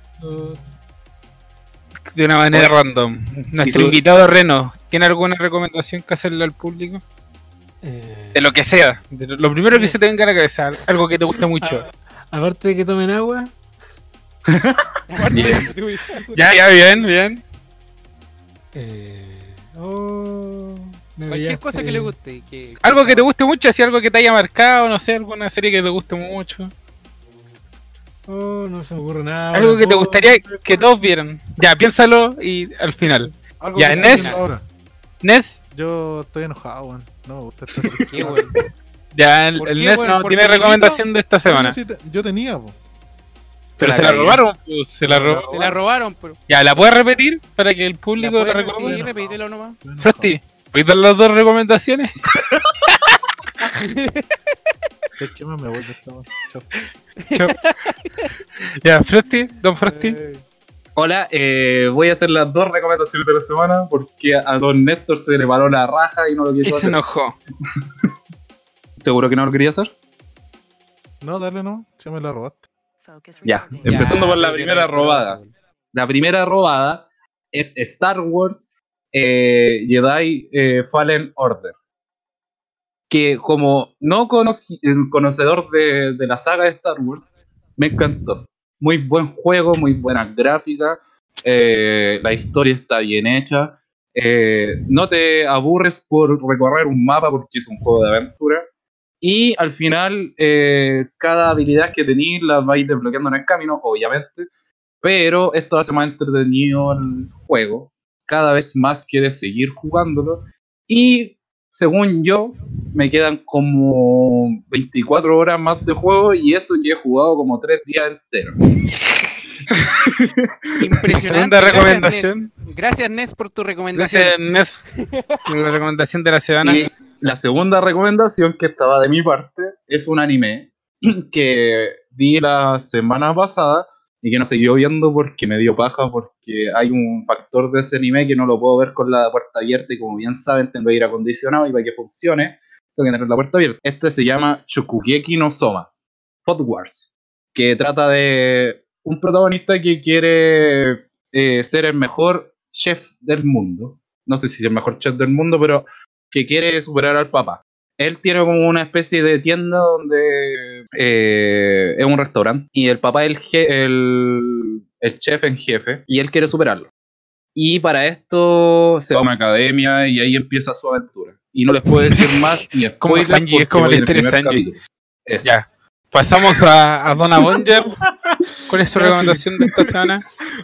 de una manera random. Nuestro su- invitado Reno, ¿tiene alguna recomendación que hacerle al público? De lo que sea. De lo primero que se te venga a la cabeza. Algo que te guste mucho. Aparte de que tomen agua, Ya, bien. me cualquier pillaste. cosa que le guste. Algo que te guste mucho, así algo que te haya marcado, no sé, alguna serie que te guste mucho. No se me ocurre nada. Algo que te Oh, gustaría que todos vieran. Ya, piénsalo y al final. Algo Ya, que Enes. estoy haciendo ahora. Nes, Yo estoy enojado, weón. No me gusta esta Qué sección. weón. ya el ¿Por qué, Nes weón? no ¿Porque tiene Benito? recomendación de esta semana. Yo tenía, po. Pero se la cagué. robaron, pues, se la robó. Te la robaron, pero. Ya, ¿la puedes repetir para que el público la puedes- recuerde? Sí, repítelo nomás. Estoy enojado. Frosty, ¿puedes dar las dos recomendaciones? Sé que más me voy de esta, weón. Chao. Chao. Ya, Frosty, Don Frosty. Hola, voy a hacer las dos recomendaciones de la semana porque a don Néstor se le paró la raja y no lo Y quiso se hacer. enojó. ¿Seguro que no lo quería hacer? No, dale, no. Si me la robaste. Ya, empezando por la Ya, primera qué robada. weón. La primera robada es Star Wars Jedi Fallen Order. Que como no conocedor de la saga de Star Wars, me encantó. Muy buen juego, muy buenas gráficas, la historia está bien hecha. No te aburres por recorrer un mapa porque es un juego de aventura. Y al final, cada habilidad que tenéis la vais desbloqueando en el camino, obviamente. Pero esto hace más entretenido el juego. Cada vez más quieres seguir jugándolo. Y según yo, me quedan como 24 horas más de juego. Y eso que he jugado como 3 días enteros. Impresionante. Segunda gracias, recomendación. Nes. Gracias, Nes, por tu recomendación. Gracias, Nes. Por la recomendación de la semana. Y la segunda recomendación que estaba de mi parte es un anime que vi la semana pasada y que no siguió viendo porque me dio paja porque hay un factor de ese anime que no lo puedo ver con la puerta abierta y como bien saben tengo aire acondicionado y para que funcione tengo que tener la puerta abierta. Este se llama Shokugeki no Soma, Food Wars, que trata de un protagonista que quiere ser el mejor chef del mundo. No sé si es el mejor chef del mundo, pero que quiere superar al papá. él tiene como una especie de tienda donde es un restaurante y el papá es el chef en jefe y él quiere superarlo. Y para esto se va a una academia y ahí empieza su aventura. Y no les puedo decir más ni Como spoilers Sanji, es porque como la voy en el historia de primer Sanji. capítulo. Eso. Ya. Pasamos a Donna Bonger. ¿Cuál es su recomendación de esta semana?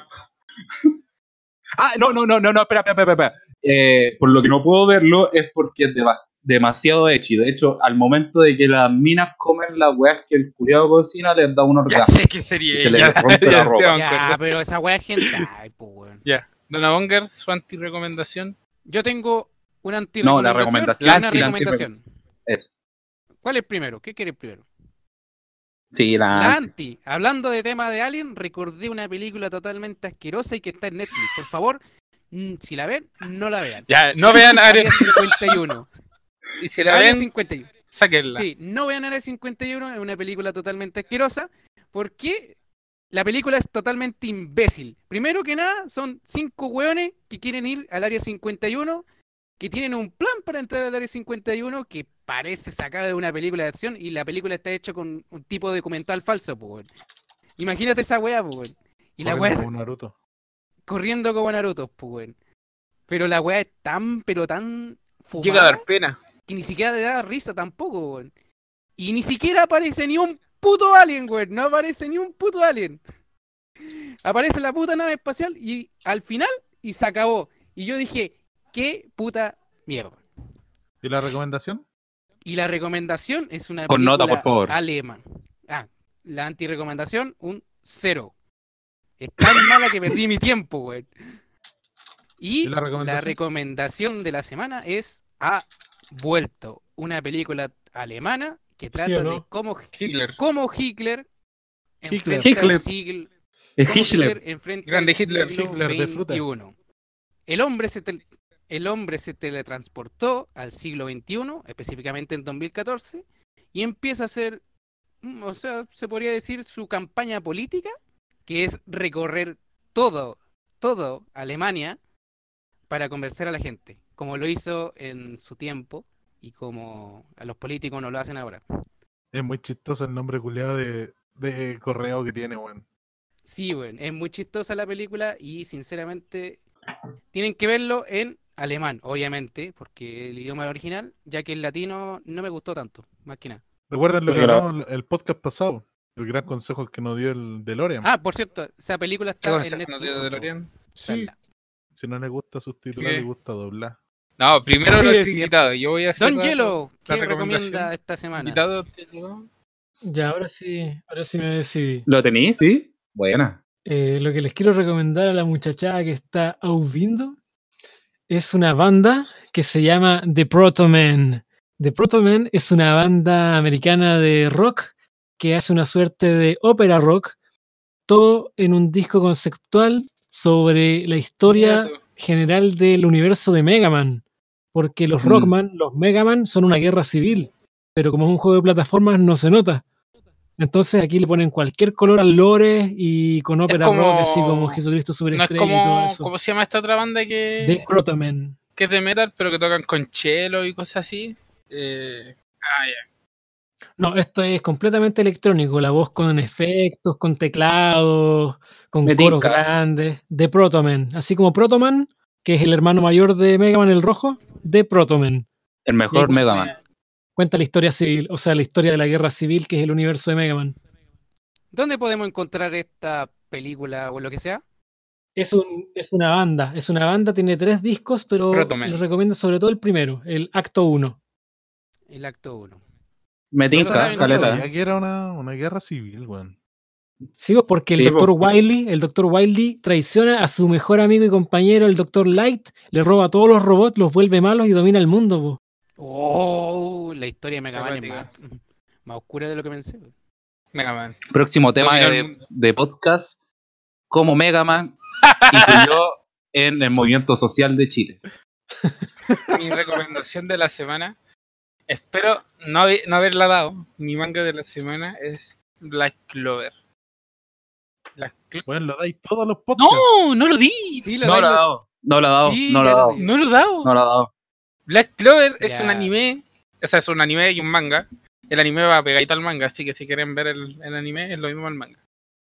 No, espera. Por lo que no puedo verlo es porque es demasiado ecchi. De hecho, al momento de que las minas comen las weas que el culiado cocina, les da un Ya orgasmo. sé que sería Y se le ella. rompe la Ya, ropa. Esteban, Ya, ¿verdad? pero esa weá es hentai, pues, weón. Ya. Donna Bonger, su anti-recomendación. Yo tengo una No, la anti-recomendación recomendación y una y la recomendación. Eso. ¿Cuál es primero? ¿Qué quieres primero? Sí, La anti. Hablando de tema de Alien, recordé una película totalmente asquerosa y que está en Netflix. Por favor, si la ven, no la vean. Ya, no vean Área Área 51. Y si la Área ven, 51. sáquenla. Sí, no vean Área 51, es una película totalmente asquerosa, porque la película es totalmente imbécil. Primero que nada, son 5 hueones que quieren ir al Área 51, que tienen un plan para entrar al Área 51, que parece sacado de una película de acción, y la película está hecha con un tipo de documental falso, pues, weón. Imagínate esa weá, pues, weón. Y la Corriendo weá como Naruto. corriendo como Naruto, pues, weón. Pero la weá es tan, pero tan fumada, Llega a dar pena. que ni siquiera te da risa tampoco, weón. Y ni siquiera aparece ni un puto alien, weón. No aparece ni un puto alien. Aparece la puta nave espacial y al final y se acabó. Y yo dije, qué puta mierda. ¿Y la recomendación? Y la recomendación es una Con película nota, por favor. alemana. La antirecomendación, un 0. Es tan mala que perdí mi tiempo, weón. Y ¿Y la recomendación? la recomendación de la semana es Ha Vuelto, una película alemana que ¿Sí trata o no? de cómo Hitler. Hitler Hitler. enfrenta Hitler. al siglo, Es cómo Hitler. enfrenta Grande al Hitler. siglo Hitler de fruta. XXI. El hombre se teletransportó al siglo XXI, específicamente en 2014, y empieza a hacer, o sea, se podría decir su campaña política, que es recorrer todo Alemania para convencer a la gente, como lo hizo en su tiempo y como a los políticos no lo hacen ahora. Es muy chistoso el nombre culiado de correo que tiene, weón. Sí, bueno, es muy chistosa la película y sinceramente tienen que verlo en alemán, obviamente, porque el idioma original, ya que el latino no me gustó tanto, más que nada. ¿Recuerdan lo que Porque la- hablamos el podcast pasado? El gran consejo que nos dio el DeLorean. Ah, por cierto, esa película ¿Qué está en consejo nos Netflix. dio por favor. DeLorean? Sí. Véanla. Si no le gusta subtitular, Sí. le gusta doblar. No, primero Sí, los es cierto. invitados. Yo voy a hacer Don Hielo, la ¿qué recomendación. recomienda esta semana? Invitado, ¿te llegó? Ya, ahora sí me decidí. ¿Lo tenéis? Sí. Buena. Lo que les quiero recomendar a la muchachada que está ouvindo es una banda que se llama The Protomen. The Protomen es una banda americana de rock que hace una suerte de ópera rock, todo en un disco conceptual sobre la historia Mira tú. general del universo de Mega Man. Porque los Rockman, los Mega Man son una guerra civil, pero como es un juego de plataformas no se nota. Entonces aquí le ponen cualquier color al lore y con ópera como- rock, así como Jesucristo No es Superestrella y todo como, eso. ¿cómo se llama esta otra banda The que Protomen. es de metal, pero que tocan con cello y cosas así? Ya. No, esto es completamente electrónico, la voz con efectos, con teclados, con Me coros tinca. grandes. The Protomen, así como Protoman, que es el hermano mayor de Mega Man el rojo, The Protomen. El Y ahí mejor Mega Man. cuenta la historia civil, o sea, la historia de la guerra civil, que es el universo de Mega Man. ¿Dónde podemos encontrar esta película o lo que sea? Es una banda, tiene 3 discos, pero Protoman. les recomiendo sobre todo el primero, el acto 1. El acto 1. Me No tinca, saben, caleta. sabía que era una guerra civil, weón. Sí, pues, porque Sí, el Dr. Wily traiciona a su mejor amigo y compañero, el Dr. Light, le roba a todos los robots, los vuelve malos y domina el mundo, po. Oh, la historia de Mega Man es Acuática. más oscura de lo que pensé. Mega Man. Próximo tema Dominó el mundo. de podcast. Como Mega Man influyó en el movimiento social de Chile. Mi recomendación de la semana, espero no haberla dado, mi manga de la semana es Black Clover. Weón, lo dais todos los podcasts. No lo di. Sí, No lo ha dado. No lo ha dado. Sí, No lo ha ya lo dado. di. No lo he dado. No lo ha dado. Black Clover es Ya. un anime Ese es un anime y un manga. El anime va pegadito al manga, así que si quieren ver el anime, es lo mismo el manga.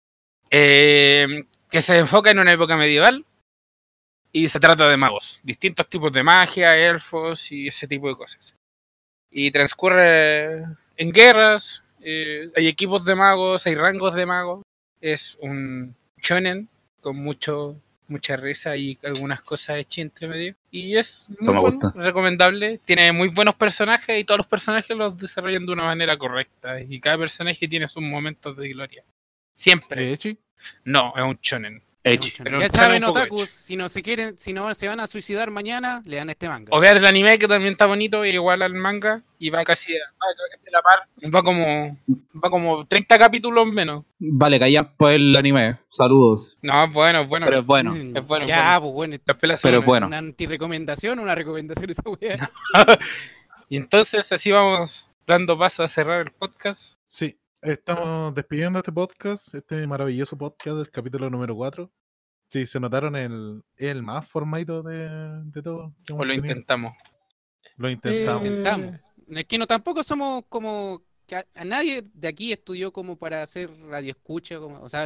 Que se enfoca en una época medieval y se trata de magos. Distintos tipos de magia, elfos y ese tipo de cosas. Y transcurre en guerras, hay equipos de magos, hay rangos de magos. Es un shonen con mucha risa y algunas cosas hechas entre medio. Y es Eso muy me bueno, gusta. recomendable. Tiene muy buenos personajes y todos los personajes los desarrollan de una manera correcta. Y cada personaje tiene sus momentos de gloria. Siempre. Echi. No, es un shonen. Edge. Pero Ya un saben, shonen un poco otakus, si no se van a suicidar mañana, lean este manga. O vean el anime, que también está bonito, igual al manga, y va casi a la par. Va como 30 capítulos menos. Vale, callar por el anime. Saludos. No, bueno. Pero es bueno. Es bueno, Ya, bueno. pues bueno. Las pelas Pero son- es bueno. Una antirecomendación, una recomendación esa weá. Y entonces así vamos dando paso a cerrar el podcast. Sí, estamos despidiendo este podcast, este maravilloso podcast del capítulo número 4. Sí, se notaron el más formadito de todo. que O hemos lo tenido. intentamos. Lo intentamos. Intentamos. Es que no tampoco somos como que a nadie de aquí estudió como para hacer radio escucha, como, o sea,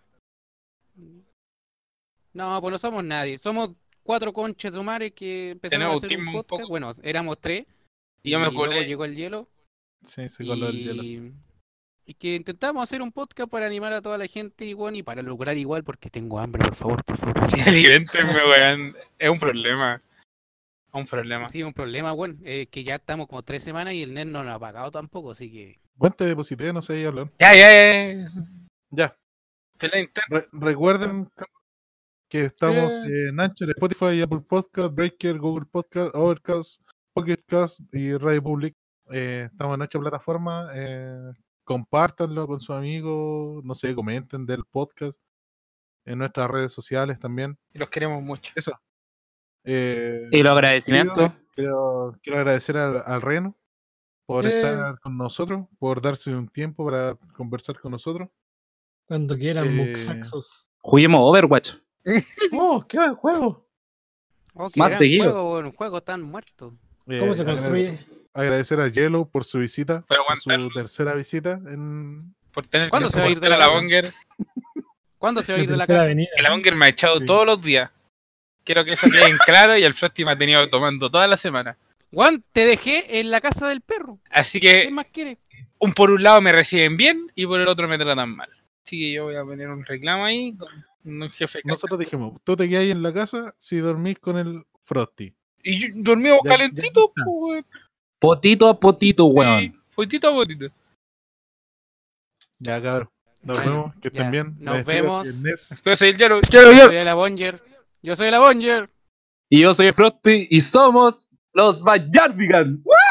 no, pues no somos nadie. Somos 4 conches de mares que empezaron Tenemos a hacer un autismo un podcast. poco. Bueno, éramos 3 Y yo me luego colé. llegó el hielo Sí, se coló el hielo. y que intentamos hacer un podcast para animar a toda la gente igual y para lograr igual porque tengo hambre, por favor, por favor. Sí, alimentenme, weón. Es un problema. Un problema. Sí, un problema, bueno, que ya estamos como 3 semanas y el NET no lo ha pagado tampoco, así que Cuente deposité, no sé ahí hablar. Ya. Ya, Te la intento. recuerden que estamos en Anchor, Spotify, Apple Podcast, Breaker, Google Podcast, Overcast, Pocket Cast y Radio Public. Estamos en 8 plataformas. Compártanlo con sus amigos, no sé, comenten del podcast en nuestras redes sociales también. Y los queremos mucho. Eso. Y los agradecimientos. Quiero agradecer al Reno por estar con nosotros, por darse un tiempo para conversar con nosotros. Cuando quieran, Eh, muxaxos. Juguemos Overwatch. ¡Oh, qué buen juego! oh, que Más gran seguido. juego, bueno, un juego tan muerto. ¿Cómo se construye? Agradecer a Yellow por su visita, Pero por su aguantarlo. tercera visita en... Por tener ¿Cuándo que se va a ir de soportar la a la casa? Bonger. ¿Cuándo se va a ir de la Tercera casa? avenida. Que la Bonger me ha echado Sí. todos los días. Quiero que eso quede en claro y el Frosty me ha tenido tomando toda la semana. Juan, te dejé en la casa del perro. Así ¿Qué que, más quieres? por un lado me reciben bien y por el otro me tratan mal. Así que yo voy a poner un reclamo ahí con un jefe. Nosotros dijimos, tú te quedas ahí en la casa si dormís con el Frosty. Y yo dormimos Ya- calentito, ya está. pues. Potito a potito, weón. Potito a potito. Ya, cabrón. Nos Bueno, vemos, que estén ya, bien. nos Me despido, vemos. soy el Nes. Yo soy el Yaro. Yo soy la Bonger. Yo soy la Bonger. Y yo soy Frosty y somos los Bayardigan.